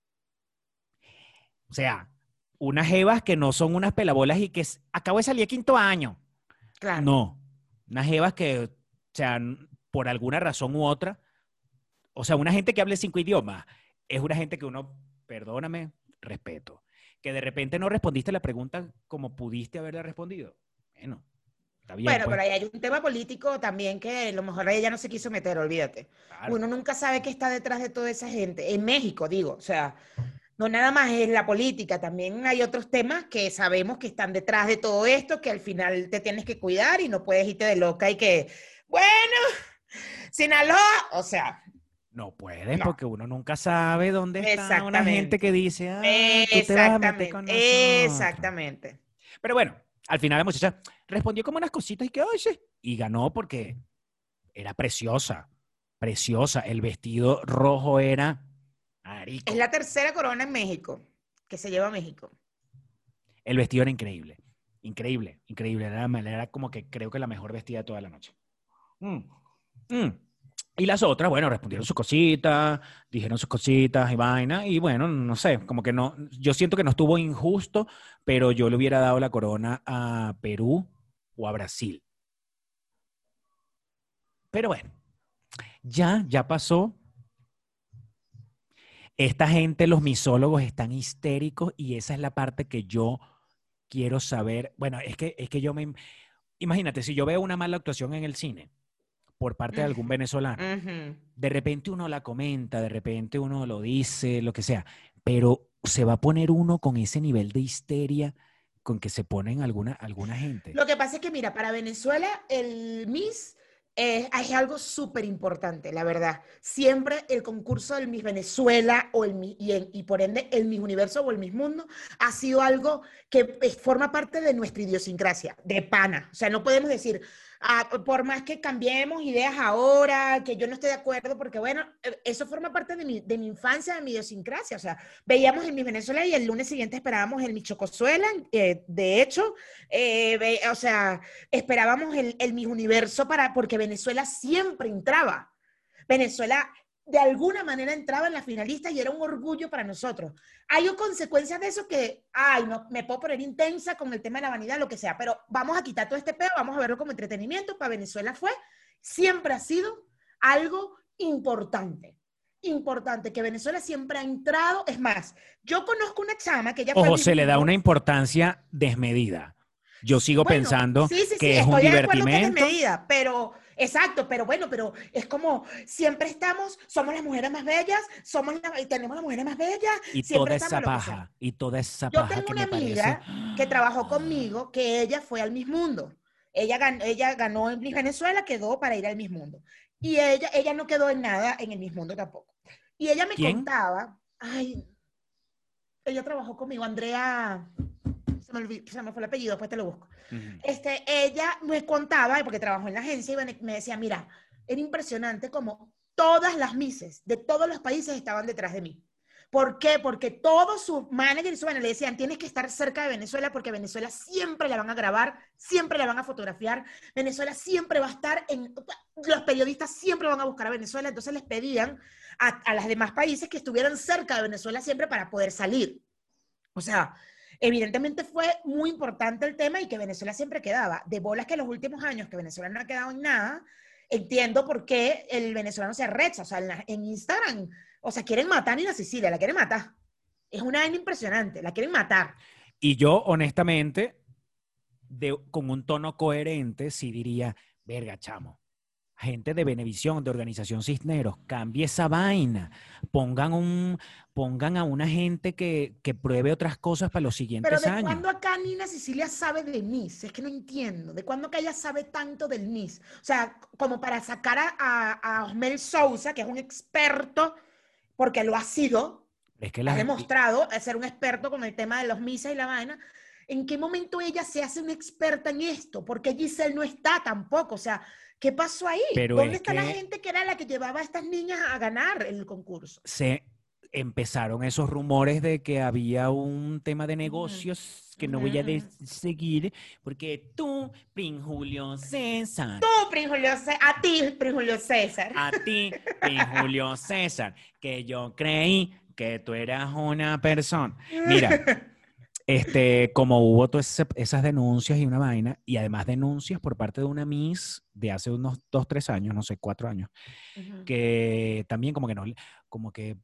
O sea, unas jevas que no son unas pelabolas y que acabo de salir de 5º año. Claro. No, unas jevas que, o sea, por alguna razón u otra, o sea, una gente que hable 5 idiomas, es una gente que uno, perdóname, respeto. Que de repente no respondiste la pregunta como pudiste haberle respondido. Bueno, está bien, Bueno, pues. pero ahí hay un tema político también que a lo mejor ella no se quiso meter, olvídate. Claro. Uno nunca sabe qué está detrás de toda esa gente. En México, digo, o sea, no nada más es la política, también hay otros temas que sabemos que están detrás de todo esto, que al final te tienes que cuidar y no puedes irte de loca y que, bueno, Sinaloa, o sea, No puedes no. porque uno nunca sabe dónde está una Exactamente. gente que dice, tú te vas a meter con nosotros. Exactamente. Pero bueno, al final la muchacha respondió como unas cositas y que, oye, y ganó porque era preciosa, preciosa. El vestido rojo era marico. Es la tercera corona en México que se lleva a México. El vestido era increíble, increíble, increíble. Era como que creo que la mejor vestida de toda la noche. Y las otras, bueno, respondieron sus cositas, dijeron sus cositas y vaina, y bueno, no sé, como que no, yo siento que no estuvo injusto, pero yo le hubiera dado la corona a Perú o a Brasil. Pero bueno, ya pasó. Esta gente, los misólogos, están histéricos y esa es la parte que yo quiero saber. Bueno, es que yo me... Imagínate, si yo veo una mala actuación en el cine por parte de algún venezolano, de repente uno la comenta, de repente uno lo dice, lo que sea, pero se va a poner uno con ese nivel de histeria con que se ponen alguna gente. Lo que pasa es que, mira, para Venezuela el Miss es algo súper importante, la verdad. Siempre el concurso del Miss Venezuela o y por ende el Miss Universo o el Miss Mundo ha sido algo que forma parte de nuestra idiosincrasia, de pana. O sea, no podemos decir, por más que cambiemos ideas ahora, que yo no estoy de acuerdo, porque bueno, eso forma parte de mi infancia, de mi idiosincrasia. O sea, veíamos el Miss Venezuela y el lunes siguiente esperábamos el Miss Chocosuela. De hecho, o sea, esperábamos el Miss Universo porque Venezuela siempre entraba. Venezuela de alguna manera entraba en la finalista y era un orgullo para nosotros. Hay consecuencias de eso que, ay, no, me puedo poner intensa con el tema de la vanidad, lo que sea, pero vamos a quitar todo este pedo, vamos a verlo como entretenimiento. Para Venezuela siempre ha sido algo importante. Importante, que Venezuela siempre ha entrado. Es más, yo conozco una chama que ella fue al Ojo, Miss se le da Mundo. una importancia desmedida. Yo sigo Bueno, pensando sí, que es un estoy de acuerdo que es divertimento desmedida, pero, exacto, pero bueno, pero es como, siempre somos las mujeres más bellas, tenemos las mujeres más bellas, y siempre toda estamos esa lo que sea. paja, y toda esa Yo paja tengo que una me parece. amiga que trabajó Ah, conmigo, que ella fue al Miss Mundo. Ella ganó en Miss Venezuela, quedó para ir al Miss Mundo. Y ella no quedó en nada en el Miss Mundo tampoco. Y ella me ¿quién? contaba, ay, ella trabajó conmigo, Andrea, se me fue el apellido, después te lo busco. Ujú. Ella me contaba, porque trabajó en la agencia, y me decía, mira, era impresionante como todas las Misses de todos los países estaban detrás de mí. ¿Por qué? Porque todos sus managers y sus le decían, tienes que estar cerca de Venezuela porque Venezuela siempre la van a grabar, siempre la van a fotografiar, Venezuela siempre va a estar los periodistas siempre van a buscar a Venezuela, entonces les pedían a los demás países que estuvieran cerca de Venezuela siempre para poder salir. O sea, evidentemente fue muy importante el tema y que Venezuela siempre quedaba. De bolas que los últimos años que Venezuela no ha quedado en nada, entiendo por qué el venezolano se arrecha. O sea, en Instagram, o sea, quieren matar a Nina Sicilia, la quieren matar. Es una vaina impresionante, la quieren matar. Y yo, honestamente, con un tono coherente, sí diría, verga, chamo. Gente de Venevisión, de Organización Cisneros, cambie esa vaina. Pongan a una gente que pruebe otras cosas para los Pero siguientes ¿de años. cuándo acá Nina Sicilia sabe de Nice? Es que no entiendo. ¿De cuándo acá ella sabe tanto del Nice? O sea, como para sacar a Osmel Sousa, que es un experto, porque lo ha sido, Es que ha demostrado ser un experto con el tema de los misas y la vaina. ¿En qué momento ella se hace una experta en esto? Porque Giselle no está tampoco. O sea, ¿qué pasó ahí? pero ¿Dónde es está la que gente que era la que llevaba a estas niñas a ganar el concurso? se empezaron esos rumores de que había un tema de Ujú, negocios que no ujú, voy a ujú. seguir, porque tú, Prin Julio César, Tú, Prin Julio César, a ti, Prin Julio César. a ti, Prin Julio César, que yo creí que tú eras una persona. Mira, como hubo todas esas denuncias y una vaina, y además denuncias por parte de una Miss de hace unos 2, 3 años, no sé, 4 años, Ujú. que también como que no, como que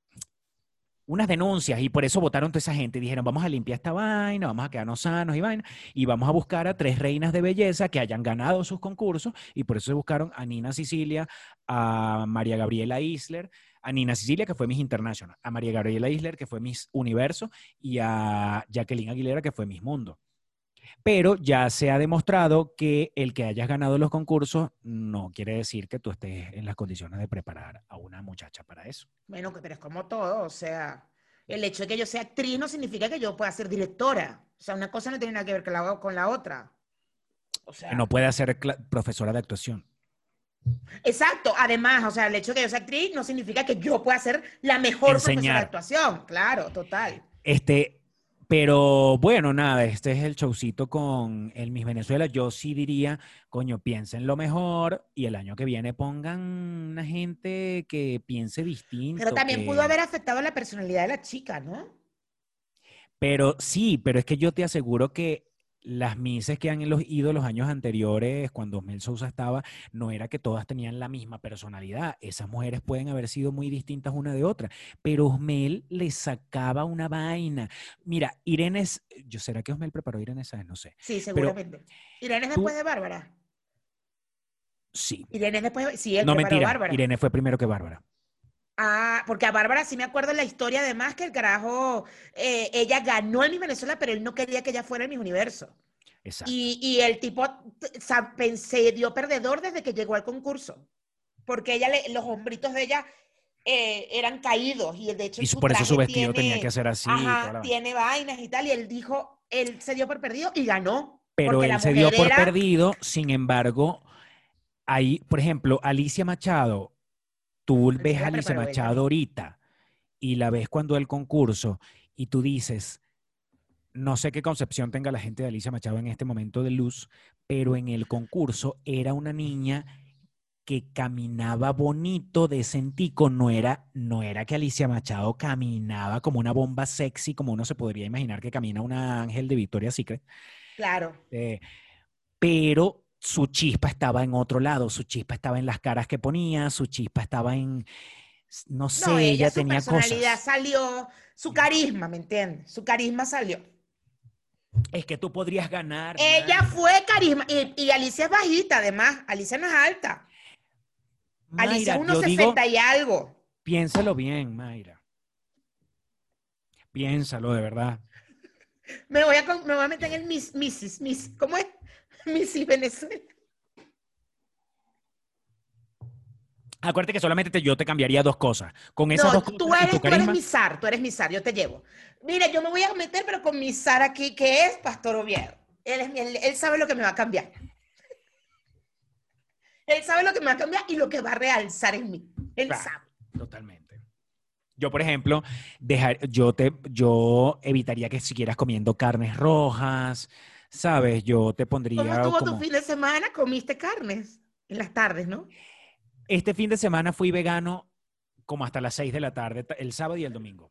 unas denuncias y por eso votaron toda esa gente. Dijeron, vamos a limpiar esta vaina, vamos a quedarnos sanos y vaina, y vamos a buscar a 3 reinas de belleza que hayan ganado sus concursos, y por eso se buscaron a Nina Sicilia, a María Gabriela Isler, a Nina Sicilia, que fue Miss International, a María Gabriela Isler, que fue Miss Universo, y a Jacqueline Aguilera, que fue Miss Mundo. Pero ya se ha demostrado que el que hayas ganado los concursos no quiere decir que tú estés en las condiciones de preparar a una muchacha para eso. Bueno, pero es como todo, o sea, el hecho de que yo sea actriz no significa que yo pueda ser directora. O sea, una cosa no tiene nada que ver con la otra. O Que no sea, puede ser profesora de actuación. exacto. Además, o sea, el hecho de que yo sea actriz no significa que yo pueda ser la mejor profesora de Enseñar. actuación. Claro, total. Este, pero bueno, nada, este es el showcito con el Miss Venezuela. Yo sí diría, coño, piensen lo mejor y el año que viene pongan una gente que piense Pero distinto, también pudo que... haber afectado la personalidad de la chica, ¿no? Pero sí, pero es que yo te aseguro que las Misses que han ido los años anteriores, cuando Mel Sousa estaba, no era que todas tenían la misma personalidad. Esas mujeres pueden haber sido muy distintas una de otra, pero Osmel le sacaba una vaina. Mira, Irene, yo será que Osmel preparó a Irene Sáenz, no sé, Sí, pero seguramente. Irene es después tú de Bárbara. sí. Irene es después, sí, él No, preparó a mentira, Bárbara. Irene fue primero que Bárbara. Ah, porque a Bárbara sí me acuerdo la historia además que el carajo, ella ganó el Miss Venezuela, pero él no quería que ella fuera el Miss Universo. Exacto. Y el tipo se dio perdedor desde que llegó al concurso, porque los hombritos de ella eran caídos y de hecho Y su por eso su traje vestido tenía que tiene, ser así y toda la ajá, vaina. tiene vainas y tal, y él dijo, él se dio por perdido y ganó, Pero porque la él se dio mujer por era, perdido, sin embargo, ahí, por ejemplo, Alicia Machado, tú él se ves a la Alicia preparó, él Machado ganó. ahorita y la ves cuando el concurso y tú dices, no sé qué concepción tenga la gente de Alicia Machado en este momento de luz, pero en el concurso era una niña que caminaba bonito, decentico, no era que Alicia Machado caminaba como una bomba sexy, como uno se podría imaginar que camina una ángel de Victoria's Secret, Claro. eh, pero su chispa estaba en otro lado, su chispa estaba en las caras que ponía, su chispa estaba en, no sé, No, ella, ella su tenía personalidad cosas. salió, su carisma, ¿me entiendes? Su carisma salió. Es que tú podrías ganar, Ella Mayra. fue carisma, y Alicia es bajita, además. Alicia no es alta. Alicia es Mayra, unos yo digo, 60 y algo. piénsalo bien, Mayra. Piénsalo de verdad. Me voy a meter en el ¿cómo es? Missis Venezuela. Acuérdate que solamente yo te cambiaría dos cosas. Con esas dos No, cosas y tu tú eres carisma, mi zar, yo te llevo. Mira, yo me voy a meter, pero con mi zar aquí, que es Pastor Oviedo. Él sabe lo que me va a cambiar. Él sabe lo que me va a cambiar y lo que va a realzar en mí. Él claro, sabe. totalmente. Yo, por ejemplo, yo evitaría que siguieras comiendo carnes rojas, ¿sabes? Yo te ¿Cómo pondría estuvo tu como, fin de semana? Comiste carnes en las tardes, ¿no? este fin de semana fui vegano como hasta las 6 de la tarde, el sábado y el domingo.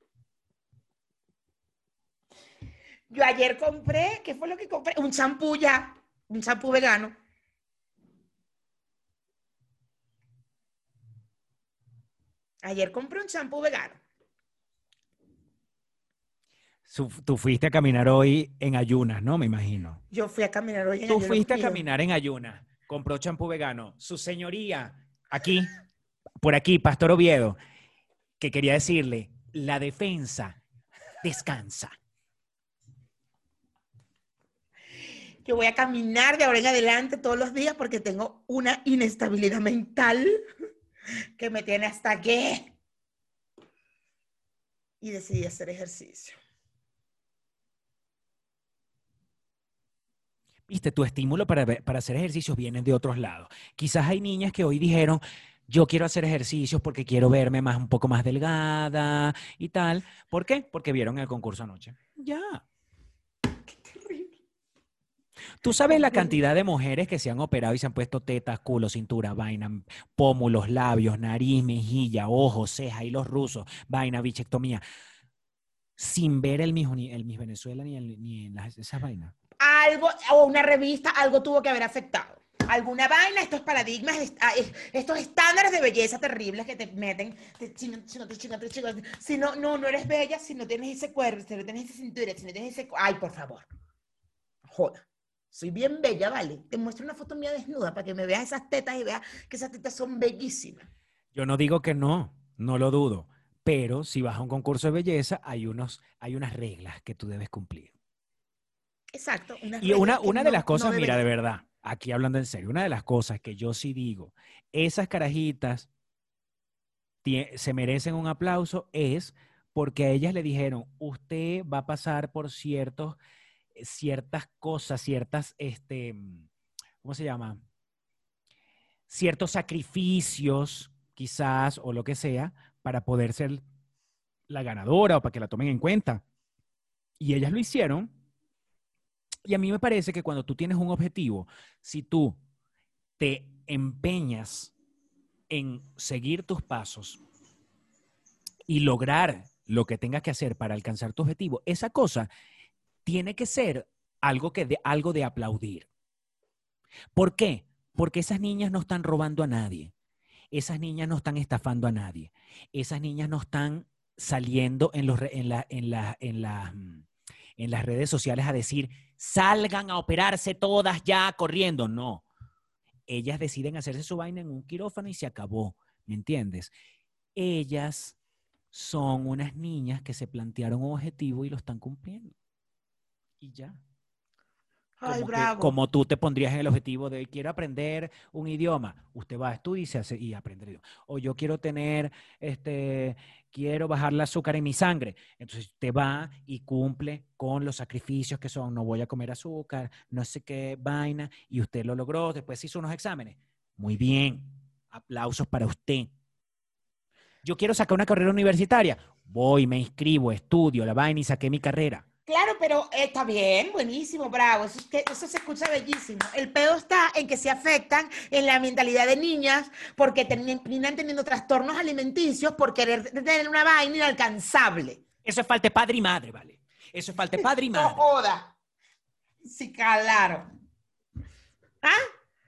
Yo ayer compré, ¿qué fue lo que compré? Un champú ya, un champú vegano. Ayer compré un champú vegano. Tú fuiste a caminar hoy en ayunas, ¿no? Me imagino. Yo fui a caminar hoy en Tú Ayuno fuiste a Frío. caminar en ayunas, compró champú vegano. Su señoría, aquí, por aquí, Pastor Oviedo, que quería decirle, la defensa descansa. Yo voy a caminar de ahora en adelante todos los días porque tengo una inestabilidad mental que me tiene hasta que... Y decidí hacer ejercicio. Viste, tu estímulo para hacer ejercicios viene de otros lados. Quizás hay niñas que hoy dijeron, yo quiero hacer ejercicios porque quiero verme más, un poco más delgada y tal. ¿Por qué? Porque vieron el concurso anoche. Ya. Qué terrible. Tú sabes la cantidad de mujeres que se han operado y se han puesto tetas, culo, cintura, vaina, pómulos, labios, nariz, mejilla, ojos, ceja, hilos rusos, vaina, bichectomía, sin ver el Miss Venezuela ni en esas vainas. Algo, o una revista, algo tuvo que haber afectado. Alguna vaina, estos paradigmas, estos estándares de belleza terribles que te meten, si no, no eres bella, si no tienes ese cuerpo, si no tienes esa cintura, si no tienes ese... Ay, por favor, joda. Soy bien bella, ¿vale? Te muestro una foto mía desnuda para que me veas esas tetas y veas que esas tetas son bellísimas. Yo no digo que no, no lo dudo, pero si vas a un concurso de belleza, hay unas reglas que tú debes cumplir. Exacto, unas Y reglas que una de las no cosas, mira, de deberían. verdad, aquí hablando en serio, una de las cosas que yo sí digo, esas carajitas se merecen un aplauso es porque a ellas le dijeron, usted va a pasar por ciertas cosas, ¿cómo se llama? Ciertos sacrificios, quizás, o lo que sea, para poder ser la ganadora o para que la tomen en cuenta. Y ellas lo hicieron. Y a mí me parece que cuando tú tienes un objetivo, si tú te empeñas en seguir tus pasos y lograr lo que tengas que hacer para alcanzar tu objetivo, esa cosa tiene que ser algo de aplaudir. ¿Por qué? Porque esas niñas no están robando a nadie. Esas niñas no están estafando a nadie. Esas niñas no están saliendo en las redes sociales a decir, salgan a operarse todas ya corriendo. No. Ellas deciden hacerse su vaina en un quirófano y se acabó. ¿Me entiendes? Ellas son unas niñas que se plantearon un objetivo y lo están cumpliendo. Y ya. Ay, bravo. Como tú te pondrías en el objetivo de quiero aprender un idioma, usted va a estudiar y aprende el idioma. O yo quiero quiero bajar el azúcar en mi sangre. Entonces usted va y cumple con los sacrificios que son, no voy a comer azúcar, no sé qué vaina, y usted lo logró, después hizo unos exámenes. Muy bien, aplausos para usted. Yo quiero sacar una carrera universitaria, voy, me inscribo, estudio la vaina y saqué mi carrera. Claro, pero está bien, buenísimo, bravo. Eso se escucha bellísimo. El pedo está en que se afectan en la mentalidad de niñas porque terminan teniendo trastornos alimenticios por querer tener una vaina inalcanzable. Eso es falta de padre y madre, ¿vale? Eso es falta de padre y No madre. joda. Sí, claro. ¿Ah?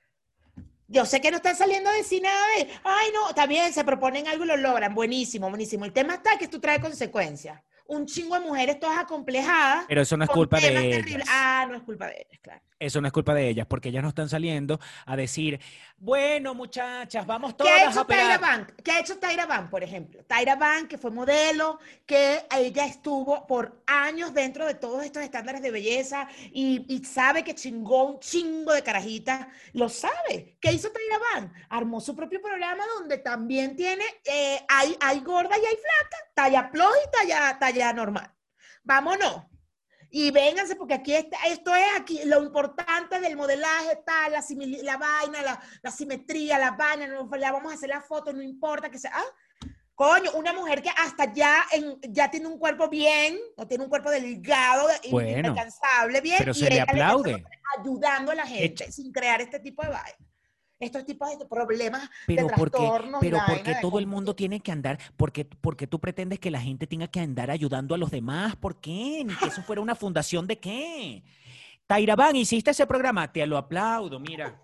Yo sé que no están saliendo a decir nada de, ay, no, está bien, se proponen algo y lo logran. Buenísimo, buenísimo. El tema está que esto trae consecuencias. Un chingo de mujeres todas acomplejadas Pero eso no es con culpa temas de terribles. ellas. Ah, no es culpa de ellas, claro. Eso no es culpa de ellas, porque ellas no están saliendo a decir, bueno, muchachas, vamos ¿Qué ha todas a hecho Tyra operar. Banks? ¿Qué ha hecho Tyra Banks, por ejemplo? Tyra Banks, que fue modelo, que ella estuvo por años dentro de todos estos estándares de belleza y sabe que chingó un chingo de carajitas, lo sabe. ¿Qué hizo Tyra Banks? Armó su propio programa donde también tiene, hay gorda y hay flaca, talla plus y talla normal. Vámonos. Y vénganse, porque aquí esto es aquí, lo importante del modelaje está la vaina, la simetría, la vaina, no, la vamos a hacer la foto, no importa que sea. Ah, coño, una mujer que hasta ya tiene un cuerpo bien, no tiene un cuerpo delgado, Bueno, inalcanzable, bien, pero y se le ella le está aplaude. ayudando a la Echa- gente sin crear este tipo de vaina. Estos tipos de problemas de Pero porque, trastornos y pero porque vaina de todo el mundo conducta. tiene que andar, porque tú pretendes que la gente tenga que andar ayudando a los demás, ¿por qué? Ni que eso fuera una fundación de qué. Tairabán, hiciste ese programa, te lo aplaudo, mira.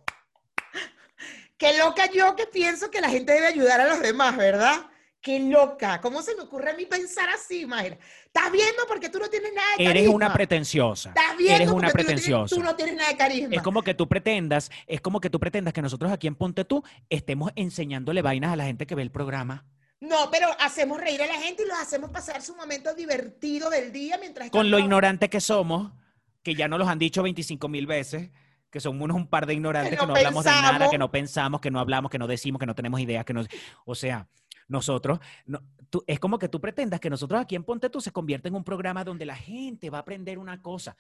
Qué loca yo que pienso que la gente debe ayudar a los demás, ¿verdad? Qué loca. ¿Cómo se me ocurre a mí pensar así, Mayra? ¿Estás viendo porque tú no tienes nada de Eres una carisma? pretenciosa, ¿Estás eres viendo una porque tú pretenciosa. no tienes nada de Es carisma? como que tú pretendas, es como que tú pretendas que nosotros aquí en Ponte Tú estemos enseñándole vainas a la gente que ve el programa. No, pero hacemos reír a la gente y los hacemos pasar su momento divertido del día mientras están Con lo trabajando. ignorante que somos, que ya nos los han dicho 25.000 veces, que somos un par de Que ignorantes que no no hablamos de nada, pensamos. que no pensamos, que no hablamos, que no decimos, que no tenemos ideas, que no... O sea, nosotros, es como que tú pretendas que nosotros aquí en Ponte Tú se convierta en un programa donde la gente va a aprender una cosa.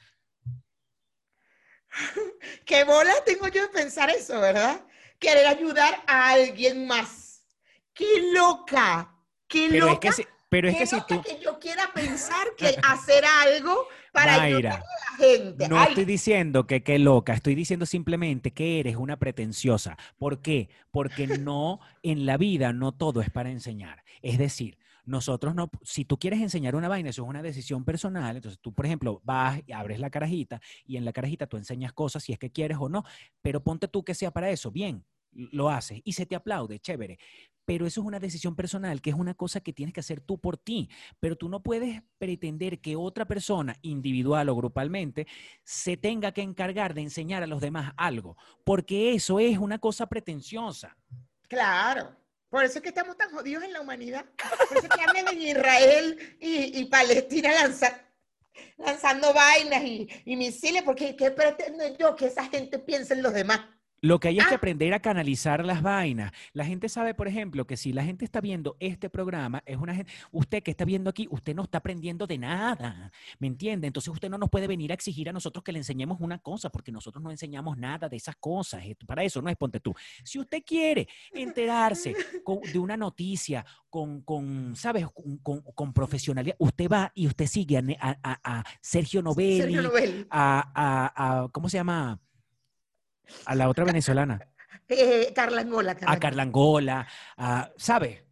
¿Qué bola tengo yo de pensar eso, verdad? Querer ayudar a alguien más. ¡Qué loca! ¡Qué Pero es loca! que pero es ¡Qué que si loca tú, que yo quiera pensar que hacer algo para ayudar Mayra, a la gente! no ¡Ay! estoy diciendo que qué loca, estoy diciendo simplemente que eres una pretenciosa. ¿Por qué? Porque no, en la vida no todo es para enseñar. Es decir, nosotros no, si tú quieres enseñar una vaina, eso es una decisión personal. Entonces tú, por ejemplo, vas y abres la carajita y en la carajita tú enseñas cosas si es que quieres o no, pero ponte tú que sea para eso, bien, lo haces y se te aplaude, chévere. Pero eso es una decisión personal, que es una cosa que tienes que hacer tú por ti. Pero tú no puedes pretender que otra persona, individual o grupalmente, se tenga que encargar de enseñar a los demás algo, porque eso es una cosa pretenciosa. Claro. Por eso es que estamos tan jodidos en la humanidad. Por eso es que andan en Israel y Palestina lanzando vainas y misiles, porque ¿qué pretendo yo que esa gente piense en los demás? Lo que hay es que Ah, aprender a canalizar las vainas. La gente sabe, por ejemplo, que si la gente está viendo este programa, es una gente, usted que está viendo aquí, usted no está aprendiendo de nada, ¿me entiende? Entonces usted no nos puede venir a exigir a nosotros que le enseñemos una cosa, porque nosotros no enseñamos nada de esas cosas. Para eso no es Ponte Tú. Si usted quiere enterarse de una noticia ¿sabes? Con profesionalidad, usted va y usted sigue a Sergio Sergio Novelli, Nobel. ¿cómo se llama? A la otra venezolana, Carla Angola, a Carla Angola. Carla Angola, ¿sabe?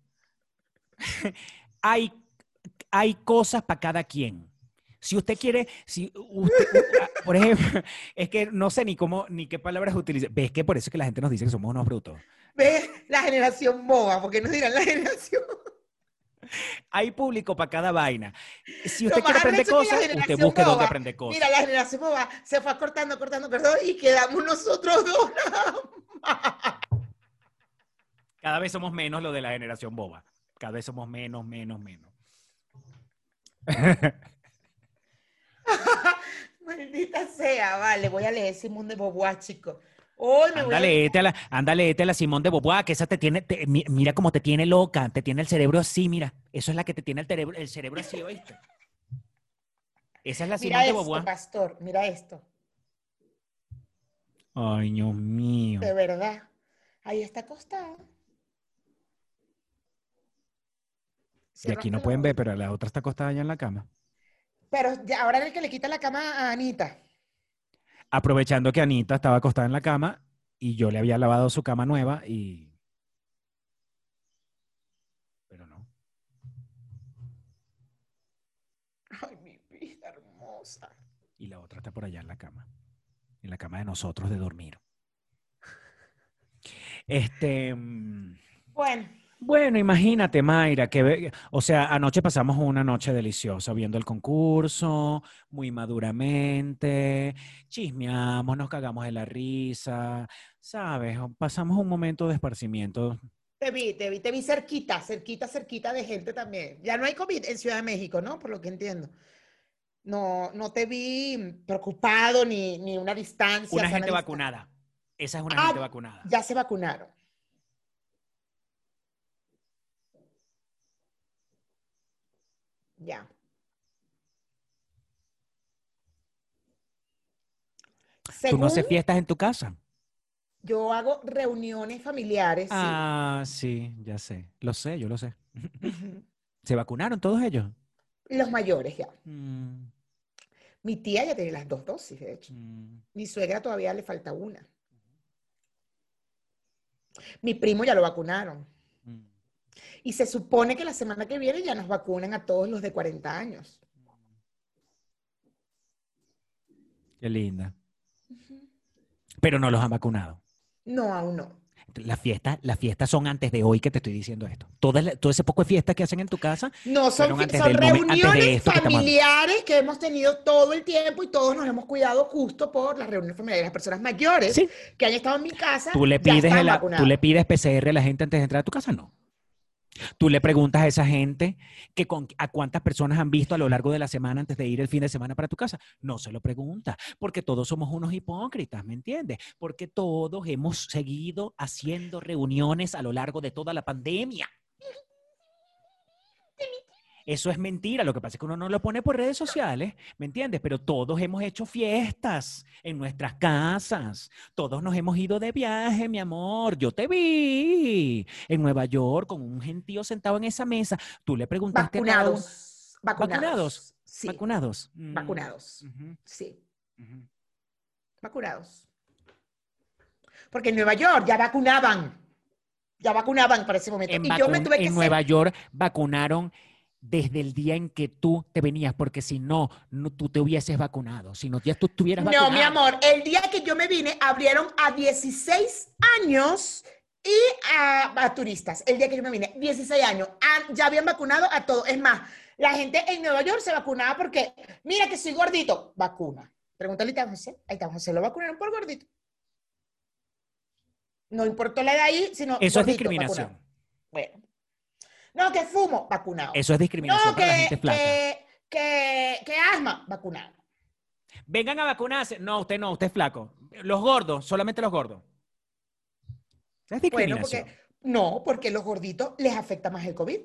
hay, hay cosas para cada quien. Si usted quiere, si usted, por ejemplo, es que no sé ni cómo, ni qué palabras utilizar. ¿Ves que por eso es que la gente nos dice que somos unos brutos? ¿Ves? La generación boba, porque nos dirán la generación. Hay público para cada vaina. Si Lo usted más quiere aprender arrecho es que la cosas, usted generación busque dónde boba, aprender cosas. mira, la generación boba se fue cortando, perdón, y quedamos nosotros dos nada más. Cada vez somos menos lo de la generación boba. Cada vez somos menos, menos, menos. Maldita sea, vale, voy a leer Simón de Beauvoir, chico. Hoy me voy a... Ándale, a la Simón de Beauvoir, que esa te tiene, mira cómo te tiene loca, te tiene el cerebro así, mira. Eso es la que te tiene el cerebro así, ¿oíste? Esa es la Simón Mira de esto, Beauvoir. pastor, mira esto. Ay, Dios mío. De verdad. Ahí está acostada. Y aquí no Cierraste los pueden ver, ojitos. pero la otra está acostada allá en la cama. Pero ya, ahora es el que le quita la cama a Anita. Aprovechando que Anita estaba acostada en la cama y yo le había lavado su cama nueva y... Pero no. Ay, mi vida hermosa. Y la otra está por allá en la cama de nosotros de dormir. Bueno, Bueno, imagínate, Mayra, o sea, anoche pasamos una noche deliciosa viendo el concurso, muy maduramente, chismeamos, nos cagamos de la risa, ¿sabes? Pasamos un momento de esparcimiento. te vi cerquita, cerquita, cerquita de gente también. Ya no hay COVID en Ciudad de México, ¿no? Por lo que entiendo. No, no te vi preocupado ni una distancia, Una sana gente distancia. vacunada. Esa es una gente Ah, vacunada. ya se vacunaron. Ya. ¿Tú no Según haces fiestas en tu casa? yo hago reuniones familiares, sí. Ah, sí, ya sé. Lo sé, yo lo sé. Ujú. ¿Se vacunaron todos ellos? Los mayores ya. Mm, Mi tía ya tiene las 2 dosis, de hecho. mm, Mi suegra todavía le falta una. Mi primo ya lo vacunaron. mm. Y se supone que la semana que viene ya nos vacunan a todos los de 40 años. Qué linda. Pero no los han vacunado. No, aún no. Las fiestas son antes de hoy que te estoy diciendo esto. Todo ese poco de fiestas que hacen en tu casa No, fueron antes son antes de reuniones esto que estamos hablando. familiares que hemos tenido todo el tiempo y todos nos hemos cuidado justo por las reuniones familiares. Las personas mayores Sí. que han estado en mi casa ¿Tú le ya pides, están tú le vacunados. pides PCR a la gente antes de entrar a tu casa? No. Tú le preguntas a esa gente a cuántas personas han visto a lo largo de la semana antes de ir el fin de semana para tu casa. No se lo pregunta, porque todos somos unos hipócritas, ¿me entiendes? Porque todos hemos seguido haciendo reuniones a lo largo de toda la pandemia. Eso es mentira. Lo que pasa es que uno no lo pone por redes sociales, ¿me entiendes? Pero todos hemos hecho fiestas en nuestras casas. Todos nos hemos ido de viaje, mi amor. Yo te vi en Nueva York con un gentío sentado en esa mesa. Tú le preguntaste a cada uno. Vacunados. ¿Vacunados? Vacunados. Sí. ¿Vacunados? Vacunados. Ujú, Sí. ujú. Vacunados. Porque en Nueva York ya vacunaban. Ya vacunaban para ese momento. Y yo me tuve que En Nueva York vacunaron desde el día en que tú te venías, porque si no, tú te hubieses vacunado. Si no, ya tú estuvieras No, vacunado. mi amor, el día que yo me vine, abrieron a 16 años y a turistas. El día que yo me vine, 16 años. Ya habían vacunado a todos. Es más, la gente en Nueva York se vacunaba porque, mira que soy gordito, vacuna. Pregúntale a Itaú José. A Itaú José lo vacunaron por gordito. No importó la edad ahí, sino Eso es gordito, discriminación. vacunado. Bueno. No, que fumo, vacunado. Eso es discriminación No, para la gente flaca. que asma, vacunado. Vengan a vacunarse. No, usted es flaco. Los gordos, solamente los gordos. Eso es Bueno, discriminación. porque los gorditos les afecta más el COVID.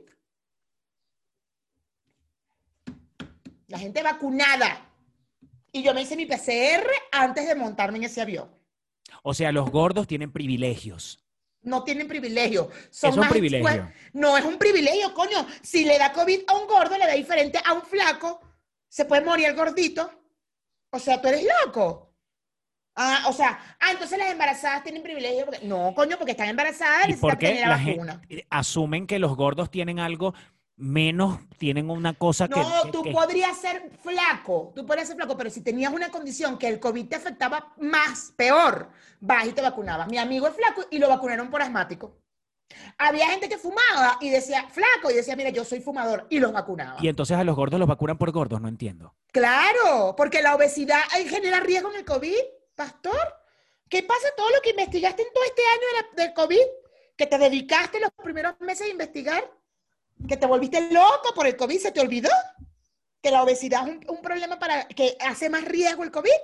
La gente vacunada. Y yo me hice mi PCR antes de montarme en ese avión. O sea, los gordos tienen privilegios. No tienen privilegio. Es un privilegio. No es un privilegio, coño. Si le da COVID a un gordo, le da diferente a un flaco. Se puede morir el gordito. O sea, tú eres loco. Entonces las embarazadas tienen privilegio. No, coño, porque están embarazadas, ¿Y necesitan por qué tener la la vacuna. gente asumen que los gordos tienen algo menos, tienen una cosa No, tú podrías ser flaco, pero si tenías una condición que el COVID te afectaba más, peor, vas y te vacunabas. Mi amigo es flaco y lo vacunaron por asmático. Había gente que fumaba y decía flaco y decía, mira, yo soy fumador y los vacunaban. Y entonces a los gordos los vacunan por gordos, no entiendo. Claro, porque la obesidad genera riesgo en el COVID, pastor. ¿Qué pasa todo lo que investigaste en todo este año del COVID? Que te dedicaste los primeros meses a investigar, que te volviste loco por el COVID, ¿se te olvidó? Que la obesidad es un problema que hace más riesgo el COVID.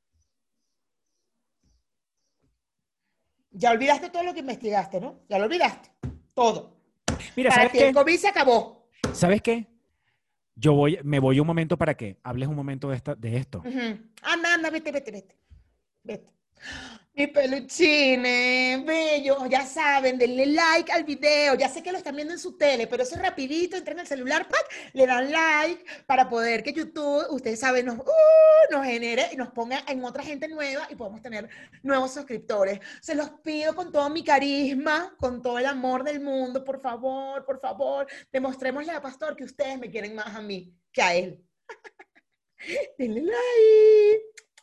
Ya olvidaste todo lo que investigaste, ¿no? Ya lo olvidaste. Todo. Mira, Para ¿sabes ti qué? el COVID se acabó. ¿Sabes qué? Me voy un momento para que hables un momento de esto. Anda, vete. Mis peluchines, bellos, ya saben, denle like al video. Ya sé que lo están viendo en su tele, pero eso es rapidito, entran al celular, ¡pac! Le dan like para poder que YouTube, ustedes saben, nos genere y nos ponga en otra gente nueva y podamos tener nuevos suscriptores. Se los pido con todo mi carisma, con todo el amor del mundo, por favor, demostrémosle a Pastor que ustedes me quieren más a mí que a él. Denle like.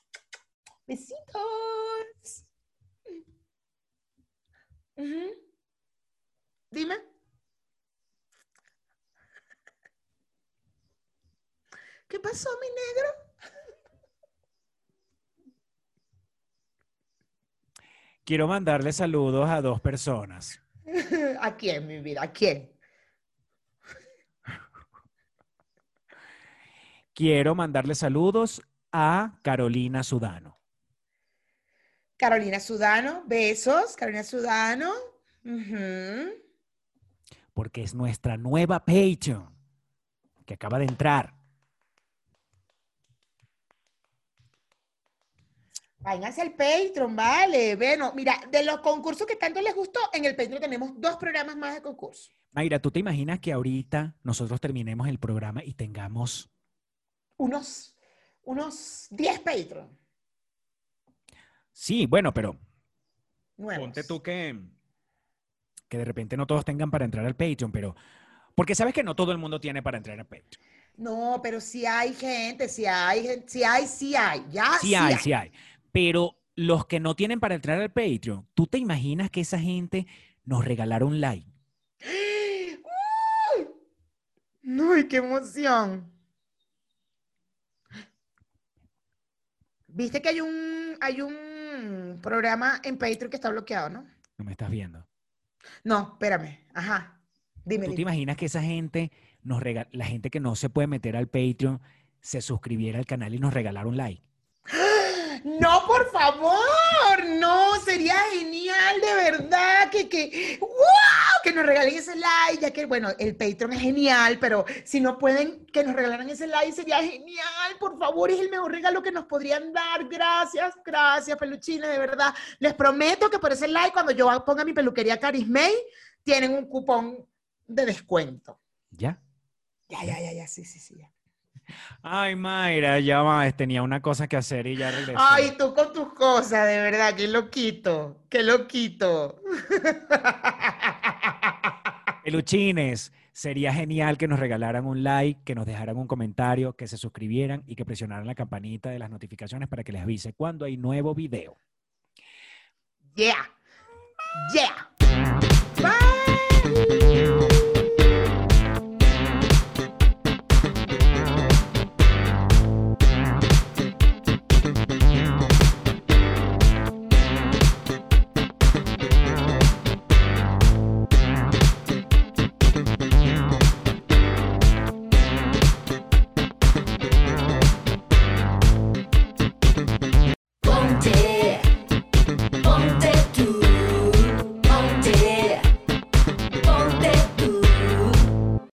Besitos. Ujú. Dime. ¿Qué pasó, mi Quiero mandarle saludos a dos personas. negro? ¿A quién, mi vida? ¿A quién? Quiero mandarle saludos a Carolina Sudano. Carolina Sudano, besos. Carolina Sudano. Ujú. Porque es nuestra nueva Patreon que acaba de entrar. Váyanse al Patreon, vale. Bueno, mira, de los concursos que tanto les gustó, en el Patreon tenemos 2 programas más de concurso. Mayra, ¿tú te imaginas que ahorita nosotros terminemos el programa y tengamos... Unos 10 Patreon Sí, bueno, pero nuevos. ponte tú que de repente no todos tengan para entrar al Patreon, pero... Porque sabes que no todo el mundo tiene para entrar al Patreon. No, pero sí hay gente, sí hay. Ya, Sí hay, sí hay. Pero los que no tienen para entrar al Patreon, ¿tú te imaginas que esa gente nos regalara un like? ¡Uy! ¡Uy, qué emoción! Viste que hay un programa en Patreon que está bloqueado, ¿no? No me estás viendo. No, espérame. Ajá. Dime, ¿Tú te dime. imaginas que esa gente la gente que no se puede meter al Patreon se suscribiera al canal y nos regalara un like? No, por favor, no, sería genial, de verdad, ¡wow! Que nos regalen ese like, ya que, bueno, el Patreon es genial, pero si no pueden que nos regalaran ese like, sería genial, por favor, es el mejor regalo que nos podrían dar, gracias, peluchines, de verdad, les prometo que por ese like, cuando yo ponga mi peluquería Carismay, tienen un cupón de descuento. ¿Ya? Ya, sí, ya. Ay, Mayra, ya va, tenía una cosa que hacer y ya regresé. Ay, tú con tus cosas, de verdad, qué loquito, qué loquito. Peluchines, sería genial que nos regalaran un like, que nos dejaran un comentario, que se suscribieran y que presionaran la campanita de las notificaciones para que les avise cuando hay nuevo video. Yeah. Bye.